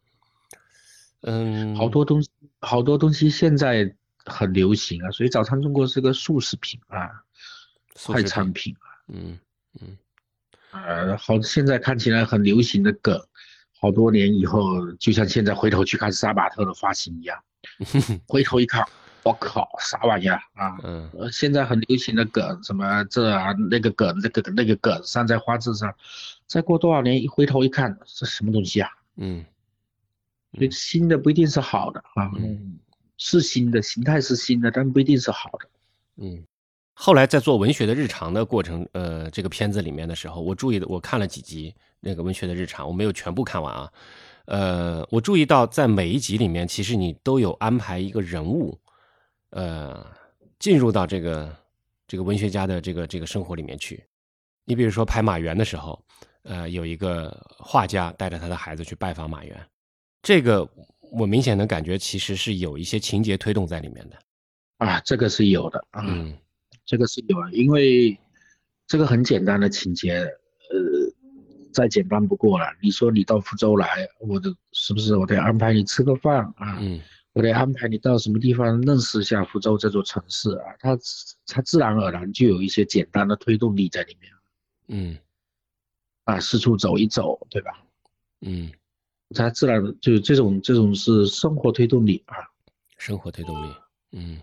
好嗯， 多东西，好多东西现在很流行啊，所以早餐中国是个速食品啊，快速食品， 餐品嗯嗯好，现在看起来很流行的梗，好多年以后，就像现在回头去看杀马特的发型一样，回头一看，我靠，啥玩意儿啊？ 嗯现在很流行的梗，什么这那个梗，那个梗上在花枝上，再过多少年一回头一看，这什么东西啊？ 嗯所以嗯新的不一定是好的嗯是新的，形态是新的，但不一定是好的。 嗯。后来在做文学的日常的过程，这个片子里面的时候，我看了几集那个文学的日常，我没有全部看完啊。我注意到在每一集里面，其实你都有安排一个人物，呃，进入到这个文学家的这个生活里面去。你比如说拍马原的时候，有一个画家带着他的孩子去拜访马原，这个我明显能感觉其实是有一些情节推动在里面的。 这个是有的嗯这个是有的，因为这个很简单的情节，再简单不过了。你说你到福州来，是不是我得安排你吃个饭啊？ 嗯我得安排你到什么地方认识一下福州这座城市啊？它自然而然就有一些简单的推动力在里面嗯四处走一走，对吧？ 嗯， 它自然就这种是生活推动力生活推动力，嗯。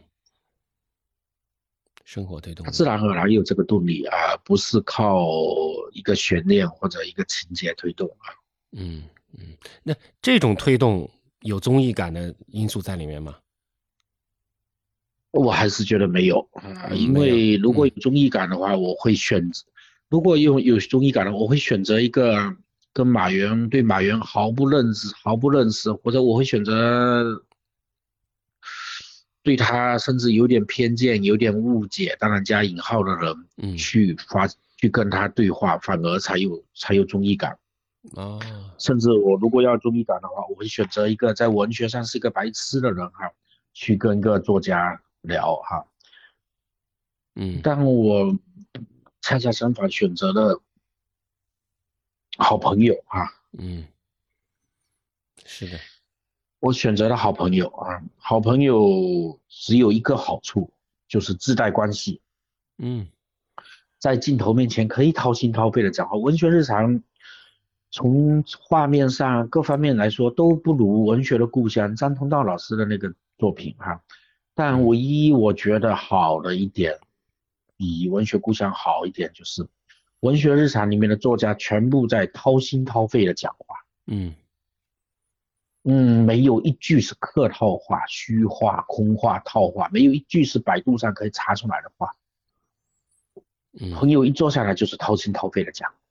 生活推动力， 它自然而然有这个动力不是靠一个悬念或者一个情节推动嗯嗯，那这种推动有综艺感的因素在里面吗？ 我还是觉得没有因没有， 为如果有综艺感的话，如果有综艺感的话，我会选择一个跟对马原毫不认识，或者我会选择对他甚至有点偏见、有点误解，当然加引号的人嗯去跟他对话，反而才有综艺感。 哦， 甚至我如果要综艺感的话，我会选择一个在文学上是一个白痴的人去跟一个作家聊嗯但我恰恰相反，选择了好朋友嗯，是的， 我选择了好朋友好朋友只有一个好处，就是自带关系， 嗯在镜头面前可以掏心掏肺的讲话。文学日常从画面上各方面来说都不如文学的故乡张通道老师的那个作品但唯一我觉得好的一点，比文学故乡好一点，就是文学日常里面的作家全部在掏心掏肺的讲话。 嗯没有一句是客套话、虚话、空话、套话，没有一句是百度上可以查出来的话。 嗯朋友一坐下来就是掏心掏肺的讲，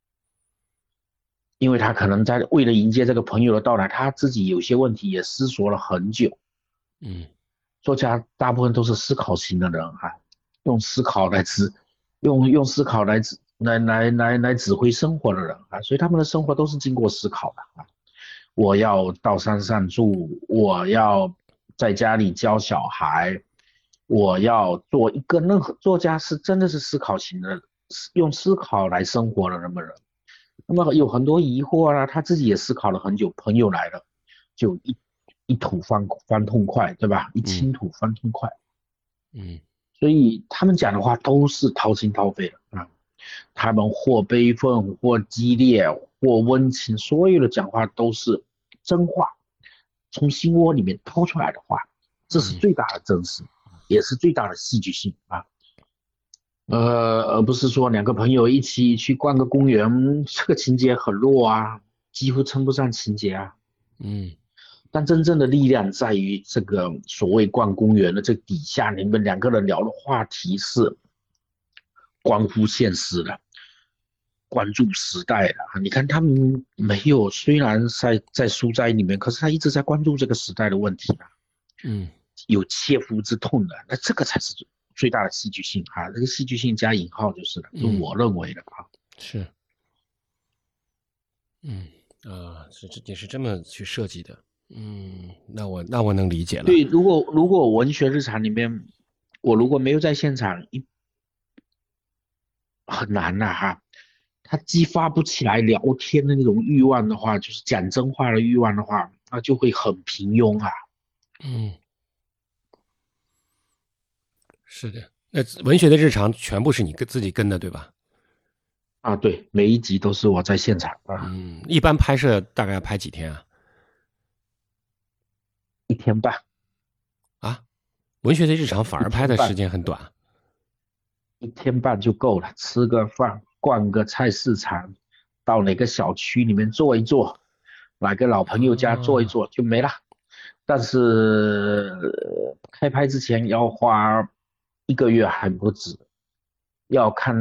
因为他可能为了迎接这个朋友的到来，他自己有些问题也思索了很久。 嗯作家大部分都是思考型的人用思考来用思考来指挥生活的人所以他们的生活都是经过思考的我要到山上住，我要在家里教小孩，我要做一个作家是真的是思考型的，用思考来生活的那么人。 那么有很多疑惑啊，他自己也思考了很久，朋友来了，就一吐翻痛快，对吧？一倾吐翻痛快，所以他们讲的话都是掏心掏肺的啊。他们或悲愤，或激烈，或温情，所有的讲话都是真话，从心窝里面掏出来的话，这是最大的真实，也是最大的戏剧性啊。而不是说两个朋友一起去逛个公园，这个情节很弱啊，几乎称不上情节啊。但真正的力量在于这个所谓逛公园的这底下，你们两个人聊的话题是关乎现实的，关注时代的。你看他们没有，虽然在书斋里面，可是他一直在关注这个时代的问题啊。有切肤之痛的，那这个才是最大的戏剧性啊！这个戏剧性加引号就是了，是我认为的啊。 是，也是这么去设计的。那我能理解了。 对，如果文学日常里面，我如果没有在现场，很难的哈。他激发不起来聊天的那种欲望的话，就是讲真话的欲望的话，那就会很平庸啊。 是的。那文学的日常全部是你自己跟的，对吧？ 啊，对，每一集都是我在现场啊。 一般拍摄大概要拍几天啊 ？1天半。 啊？文学的日常反而拍的时间很短。 1天半就够了，吃个饭，逛个菜市场，到哪个小区里面坐一坐，哪个老朋友家坐一坐就没了。但是开拍之前要花1个月还不止，要看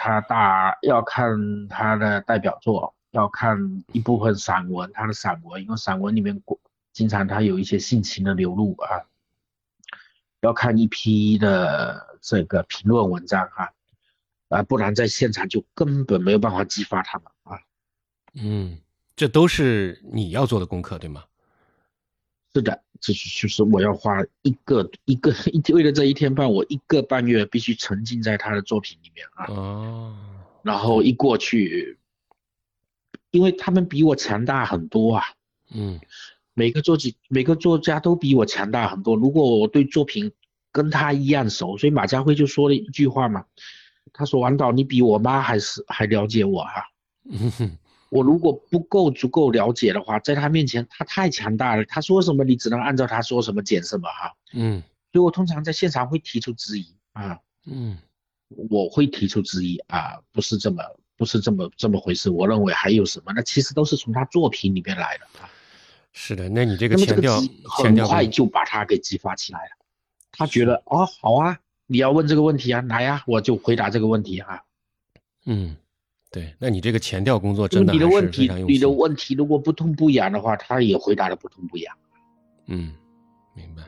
他的代表作，要看一部分散文，他的散文，因为散文里面经常他有一些性情的流露啊，要看一批的这个评论文章不然在现场就根本没有办法激发他们啊。 这都是你要做的功课，对吗？ 是的，这就是我要花为了这1天半，我1个半月必须沉浸在他的作品里面啊。然后一过去，因为他们比我强大很多啊。每个作家都比我强大很多。如果我对作品跟他一样熟，所以马家辉就说了一句话嘛，他说：“王导，你比我妈还了解我哈。”我如果不足够了解的话，在他面前他太强大了，他说什么你只能按照他说什么剪什么哈。所以我通常在现场会提出质疑啊。我会提出质疑啊，不是这么回事。我认为还有什么？那其实都是从他作品里面来的啊。 是的，那你这个前调很快就把他给激发起来了。他觉得好啊，你要问这个问题啊，来啊，我就回答这个问题啊。 对，那你这个前调工作真的还是非常用心。 你的问题如果不痛不痒的话，他也回答的不痛不痒。 明白。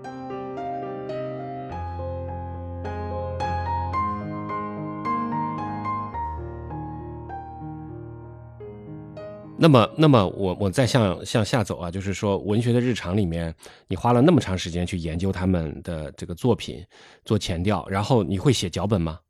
那么我再向下走啊，就是说文学的日常里面，你花了那么长时间去研究他们的这个作品，做前调，然后你会写脚本吗？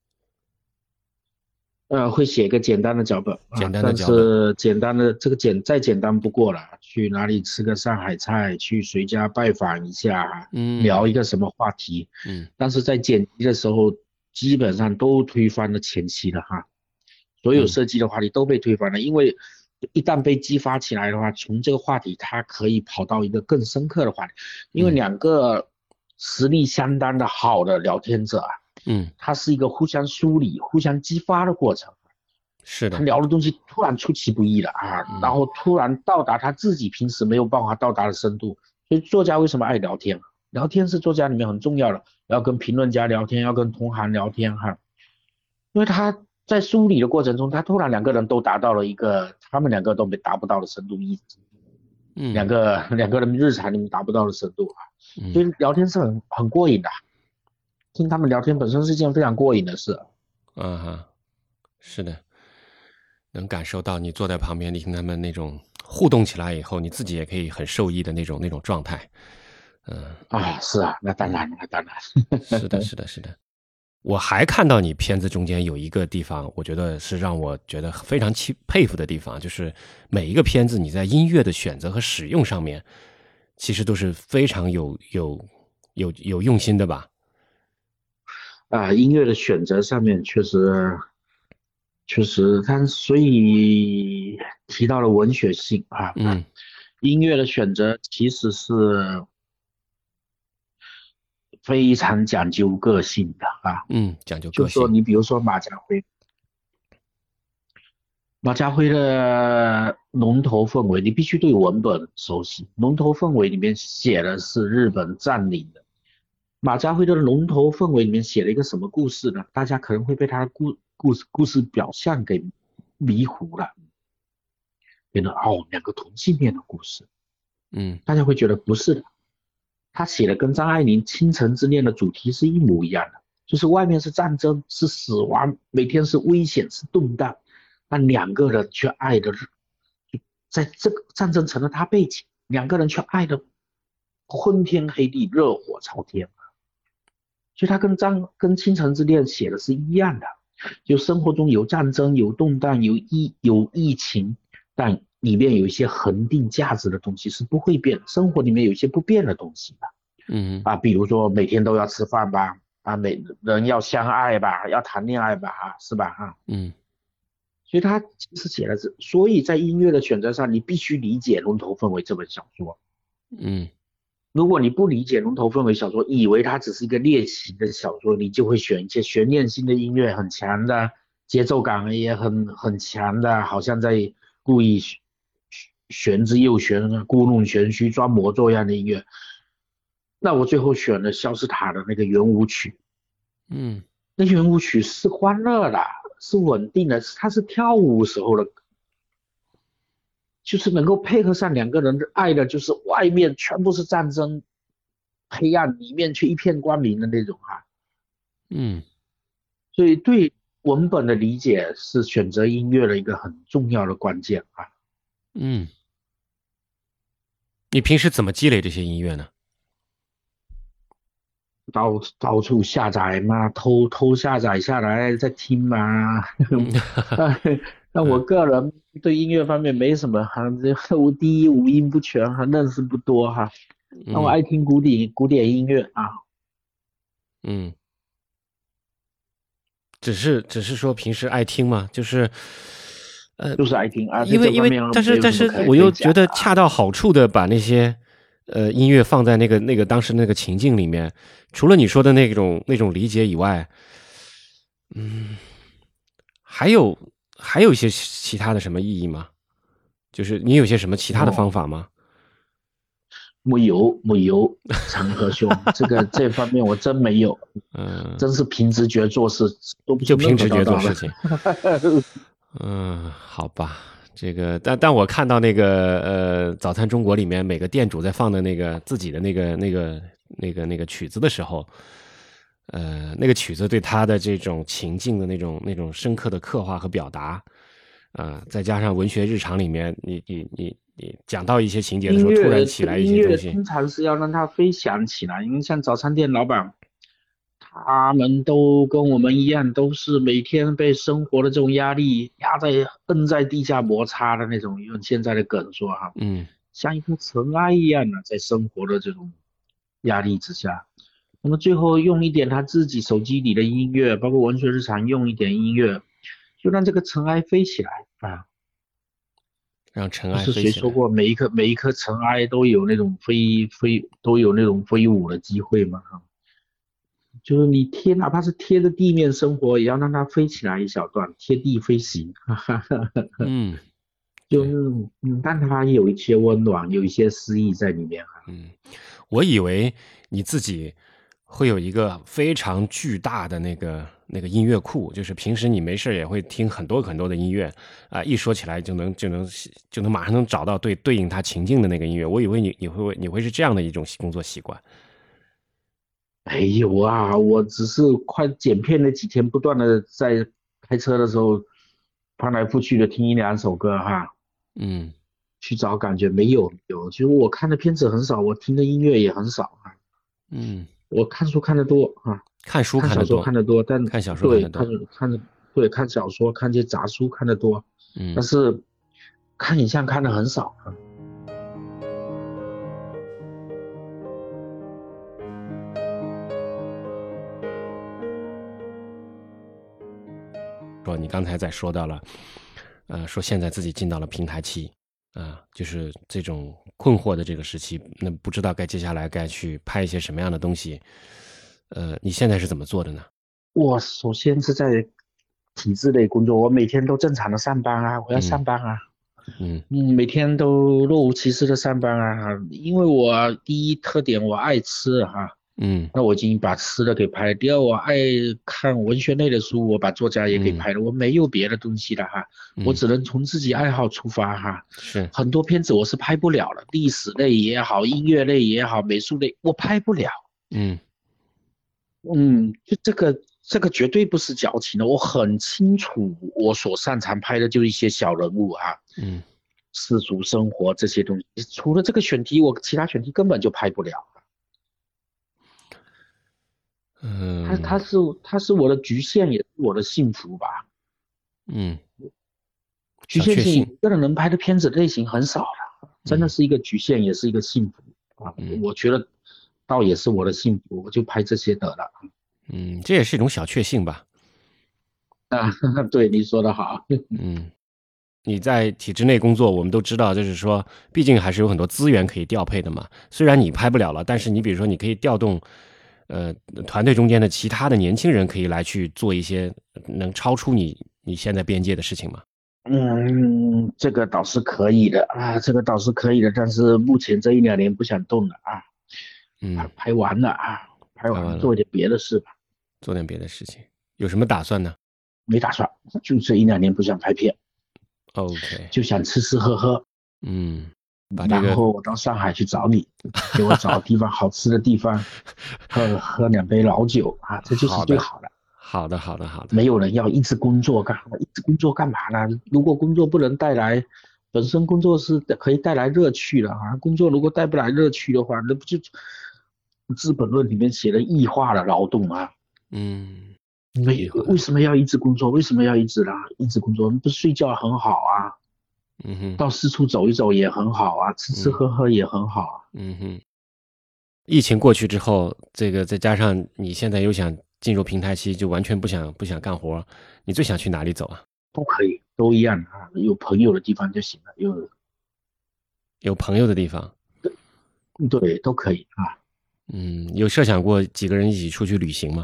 会写一个简单的脚本，但是简单的这个再简单不过了。去哪里吃个上海菜，去谁家拜访一下，聊一个什么话题，但是在剪辑的时候，基本上都推翻了前期的哈，所有设计的话题都被推翻了，因为一旦被激发起来的话，从这个话题它可以跑到一个更深刻的话题，因为两个实力相当的好的聊天者它是一个互相梳理、互相激发的过程。 是的， 他聊的东西突然出其不意了然后突然到达他自己平时没有办法到达的深度。所以作家为什么爱聊天？聊天是作家里面很重要的，要跟评论家聊天，要跟同行聊天因为他在梳理的过程中，他突然两个人都达到了一个他们两个都达不到的深度，两个人日常里面达不到的深度所以聊天是很过瘾的。听他们聊天本身是一件非常过瘾的事。 是的，能感受到你坐在旁边，你听他们那种互动起来以后，你自己也可以很受益的那种状态。 是啊，那当然。 是的。 我还看到你片子中间有一个地方，我觉得是让我觉得非常佩服的地方，就是每一个片子你在音乐的选择和使用上面，其实都是非常有用心的吧？ 音乐的选择上面确实，它所以提到了文学性啊。 嗯音乐的选择其实是非常讲究个性的啊。 嗯，讲究就说个性。 你比如说马家辉的龙头氛围，你必须对文本熟悉。龙头氛围里面写的是日本占领的，马家辉的龙头氛围里面写了一个什么故事呢？大家可能会被他的故事表象给迷糊了，变成两个同性恋的故事， 嗯大家会觉得不是的。他写的跟张爱玲《倾城之恋》的主题是一模一样的，就是外面是战争，是死亡，每天是危险，是动荡，但两个人却爱的，在这个战争成了他背景，两个人却爱的昏天黑地，热火朝天。所以他跟《倾城之恋》写的是一样的，就生活中有战争，有动荡，有疫情，但里面有一些恒定价值的东西是不会变，生活里面有一些不变的东西的。 嗯比如说每天都要吃饭吧，每人要相爱吧，要谈恋爱吧，是吧？ 嗯所以他其实写的是，所以在音乐的选择上，你必须理解《龙头氛围》这本小说。 嗯如果你不理解龙头氛围小说，以为它只是一个猎奇的小说，你就会选一些悬念性的音乐很强的，节奏感也很强的，好像在故意玄之又玄、故弄玄虚、装模作样的音乐。那我最后选了肖斯塔的那个圆舞曲， 嗯那圆舞曲是欢乐的，是稳定的，它是跳舞时候的，就是能够配合上两个人的爱的，就是外面全部是战争黑暗，里面却一片光明的那种哈。 嗯所以对文本的理解是选择音乐的一个很重要的关键啊。 嗯，你平时怎么积累这些音乐呢？ 到处下载嘛，偷下载下来再听嘛。 嗯但我个人对音乐方面没什么哈，我第一五音不全，还认识不多哈。但我嗯爱听古典音乐啊。 嗯，只是说平时爱听嘛，就是就是爱听啊，在因为因为这方面但是但没有什么可以是我又推荐的。 觉得恰到好处的把那些音乐放在那个当时那个情境里面，除了你说的那种理解以外，嗯，还有一些其他的什么意义吗？就是你有些什么其他的方哦， 法吗？ 没有，长河兄，这方面我真没有， 嗯， 真是凭直觉做事，说不就出任何凭直觉道道来。 做事情。嗯，好吧，这个但我看到那个早餐中国里面每个店主在放的那个自己的那个曲子的时候，那个曲子对他的这种情境的那种深刻的刻画和表达，再加上文学日常里面你讲到一些情节的时候，突然起来一音些东西。 乐通常是要让它飞翔起来，因为像早餐店老板，他们都跟我们一样，都是每天被生活的这种压力摁在地下摩擦的那种，用现在的梗说哈， 嗯像一颗尘埃一样的，在生活的这种压力之下，那么最后用一点他自己手机里的音乐，包括文学日常用一点音乐，就让这个尘埃飞起来啊。 让尘不是埃飞起来。 谁说过每一颗尘埃都有那种飞舞的机会吗？就是你哪怕是贴着地面生活，也要让它飞起来一小段，贴地飞行。 嗯，对。 就是但它有一些温暖，有一些诗意在里面。 嗯，我以为你自己会有一个非常巨大的那个音乐库，就是平时你没事也会听很多很多的音乐一说起来就能马上能找到对应它情境的那个音乐。我以为你会是这样的一种工作习惯。 没有啊，我只是快剪片那几天，不断的在开车的时候翻来覆去的听一两首歌哈， 嗯去找感觉。没有，其实我看的片子很少，我听的音乐也很少啊。 嗯我看书看得多啊。 看书看小说看得多， 看得多，但看小说看对得多。 看小说看些杂书看得多，但嗯， 是看影像看的很少。 说你刚才在说到了，说现在自己进到了平台期，就是这种困惑的这个时期，那不知道接下来该去拍一些什么样的东西，你现在是怎么做的呢？ 我首先是在体制内工作，我每天都正常的上班啊，我要上班啊。每天都若无其事的上班啊，因为我第一特点我爱吃哈。那我已经把吃的给拍了。第二，我爱看文学类的书，我把作家也给拍了。我没有别的东西了哈，我只能从自己爱好出发哈。 是很多片子我是拍不了了，历史类也好，音乐类也好，美术类我拍不了。就这个绝对不是矫情的，我很清楚我所擅长拍的就是一些小人物哈。世俗生活这些东西，除了这个选题，我其他选题根本就拍不了。它是我的局限，也是我的幸福吧。局限性，一个人能拍的片子类型很少了，真的是一个局限，也是一个幸福啊。我觉得倒也是我的幸福，我就拍这些得了。 这也是一种小确幸吧。 对，你说的好。 你在体制内工作，我们都知道，就是说，毕竟还是有很多资源可以调配的嘛。虽然你拍不了了，但是你比如说，你可以调动，团队中间的其他的年轻人，可以来去做一些能超出你现在边界的事情嘛。 这个倒是可以的啊，这个倒是可以的，但是目前这1-2年不想动了啊。拍完了啊，拍完了做点别的事吧。 做点别的事情，有什么打算呢？ 没打算，就这1-2年不想拍片。 OK， 就想吃吃喝喝。然后我到上海去找你，给我找地方好吃的地方，喝2杯老酒啊，这就是最好的。 好的。 没有人要一直工作干嘛？一直工作干嘛呢？如果工作不能带来，本身工作是可以带来乐趣的啊。工作如果带不来乐趣的话，那不就《资本论》里面写的异化的劳动啊？为什么要一直工作？为什么要一直工作？不睡觉很好啊。到四处走一走也很好啊，吃吃喝喝也很好啊。 疫情过去之后，这个再加上你现在又想进入平台期，就完全不想干活，你最想去哪里走啊？ 都可以，都一样啊，有朋友的地方就行了。 有朋友的地方， 对，都可以啊。 有设想过几个人一起出去旅行吗？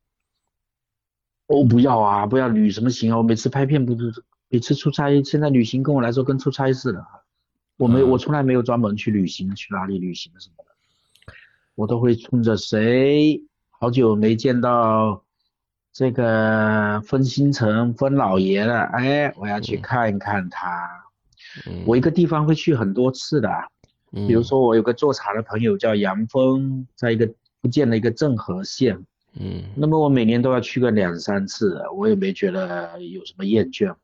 不要啊，不要旅什么行啊！我每次拍片不是。每次出差，现在旅行跟我来说跟出差似的。我从来没有专门去旅行，去哪里旅行什么的，我都会冲着谁好久没见到这个分新城分老爷了，我要去看一看他。我一个地方会去很多次的，比如说我有个做茶的朋友叫杨峰，在一个福建的一个政和县，那么我每年都要去个2-3次，我也没觉得有什么厌倦。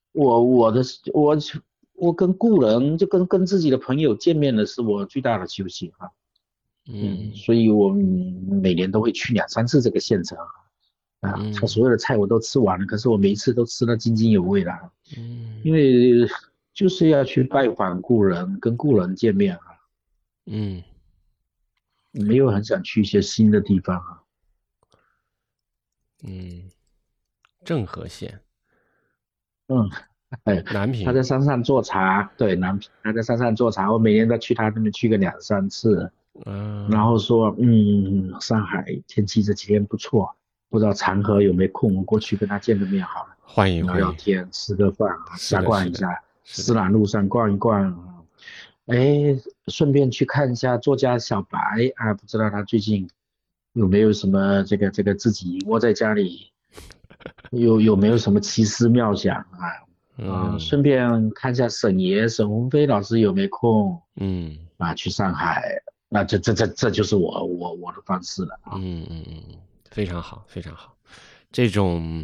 我跟故人就跟自己的朋友见面的是我最大的休息哈。所以我每年都会去2-3次这个县城啊。他所有的菜我都吃完了，可是我每一次都吃得津津有味的。因为就是要去拜访故人，跟故人见面啊。没有很想去一些新的地方啊。 政和县。南平， 他在山上做茶，对，南平，他在山上做茶，我每年都去他那边去个2-3次。然后说，上海天气这几天不错，不知道长河有没有空，我过去跟他见个面好了， 欢迎聊聊天，吃个饭，瞎逛一下，思南路上逛一逛，顺便去看一下作家小白啊，不知道他最近有没有什么这个自己窝在家里，有没有什么奇思妙想啊？顺便看一下沈鸿飞老师有没有空，去上海，那这就是我的方式了啊。 非常好，非常好，这种，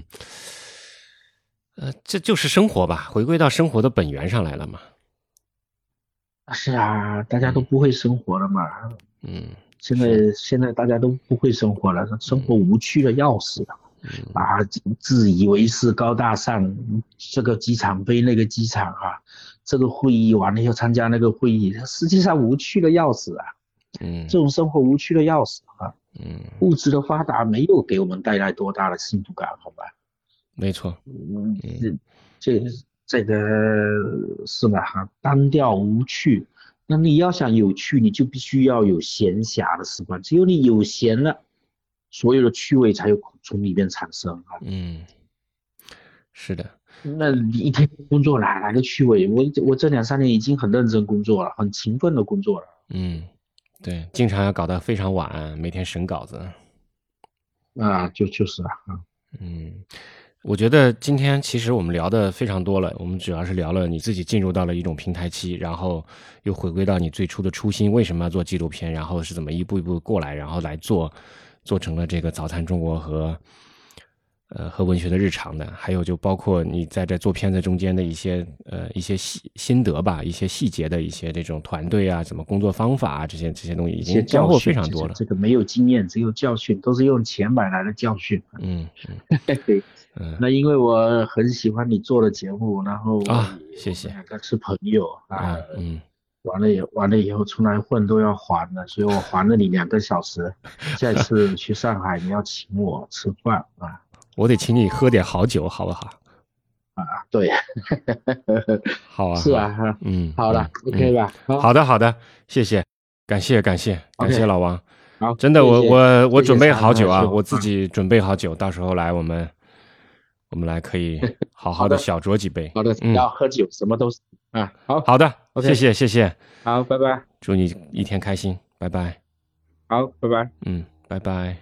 这就是生活吧，回归到生活的本源上来了嘛。 是啊，大家都不会生活了嘛。 现在大家都不会生活了，生活无趣的要死啊，自以为是高大上，这个机场飞那个机场啊，这个会议完了又参加那个会议，实际上无趣的要死啊。这种生活无趣的要死啊。物质的发达没有给我们带来多大的幸福感，好吧？ 没错。 这个是吧？哈，单调无趣。那你要想有趣，你就必须要有闲暇的时光。只有你有闲了，所有的趣味才有从里面产生啊。 是的。 那你一天工作哪来的趣味？我这2-3年已经很认真工作了，很勤奋的工作了。 对，经常要搞得非常晚，每天审稿子。 就是啊。 我觉得今天其实我们聊的非常多了，我们主要是聊了你自己进入到了一种平台期，然后又回归到你最初的初心，为什么要做纪录片，然后是怎么一步一步过来，然后来做成了这个早餐中国和文学的日常的，还有就包括你在这做片子中间的一些心得吧，一些细节的一些这种团队啊，什么工作方法啊，这些东西已经干货非常多了。 这个没有经验，只有教训，都是用钱买来的教训。那因为我很喜欢你做的节目，然后谢谢。 两个是朋友啊。完了以后出来混都要还的，所以我还了你2个小时。下一次去上海你要请我吃饭啊。 我得请你喝点好酒，好不好？ 对。 好啊。 是啊。好了，OK 吧？ 好的，谢谢，感谢老王。 好， 真的，我准备好酒啊，我自己准备好酒，到时候来我们来可以好好的小酌几杯。 好的，要喝酒，什么都是啊。 好的， OK， 谢谢。 好，拜拜。 祝你一天开心，拜拜。 好，拜拜。 拜拜。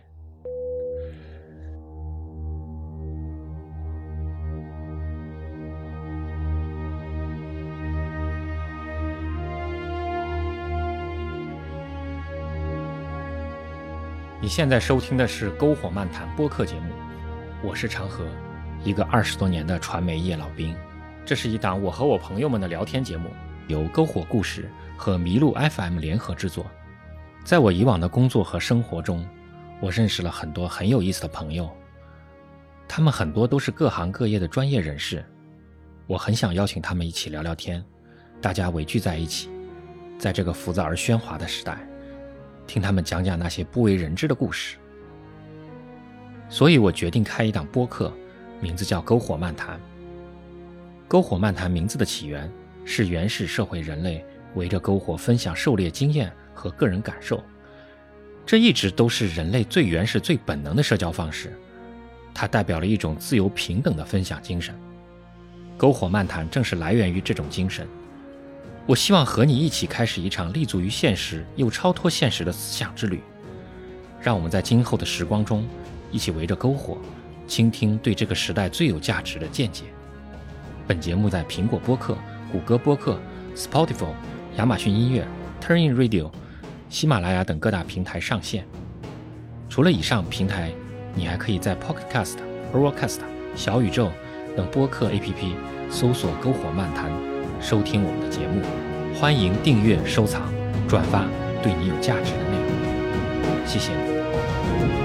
你现在收听的是《篝火漫谈》播客节目，我是长河，一个20多年的传媒业老兵。这是一档我和我朋友们的聊天节目，由篝火故事和麋鹿 FM 联合制作。在我以往的工作和生活中，我认识了很多很有意思的朋友，他们很多都是各行各业的专业人士，我很想邀请他们一起聊聊天，大家围聚在一起，在这个浮躁而喧哗的时代，听他们讲讲那些不为人知的故事。所以我决定开一档播客，名字叫篝火漫谈。篝火漫谈名字的起源是原始社会人类围着篝火分享狩猎经验和个人感受，这一直都是人类最原始最本能的社交方式，它代表了一种自由平等的分享精神。篝火漫谈正是来源于这种精神。我希望和你一起开始一场立足于现实又超脱现实的思想之旅，让我们在今后的时光中一起围着篝火，倾听对这个时代最有价值的见解。本节目在苹果播客、谷歌播客、Spotify、亚马逊音乐、Turnin Radio、喜马拉雅等各大平台上线。除了以上平台，你还可以在 Pocketcast、Overcast、小宇宙等播客 APP 搜索篝火漫谈，收听我们的节目。欢迎订阅、收藏、转发对你有价值的内容。谢谢你。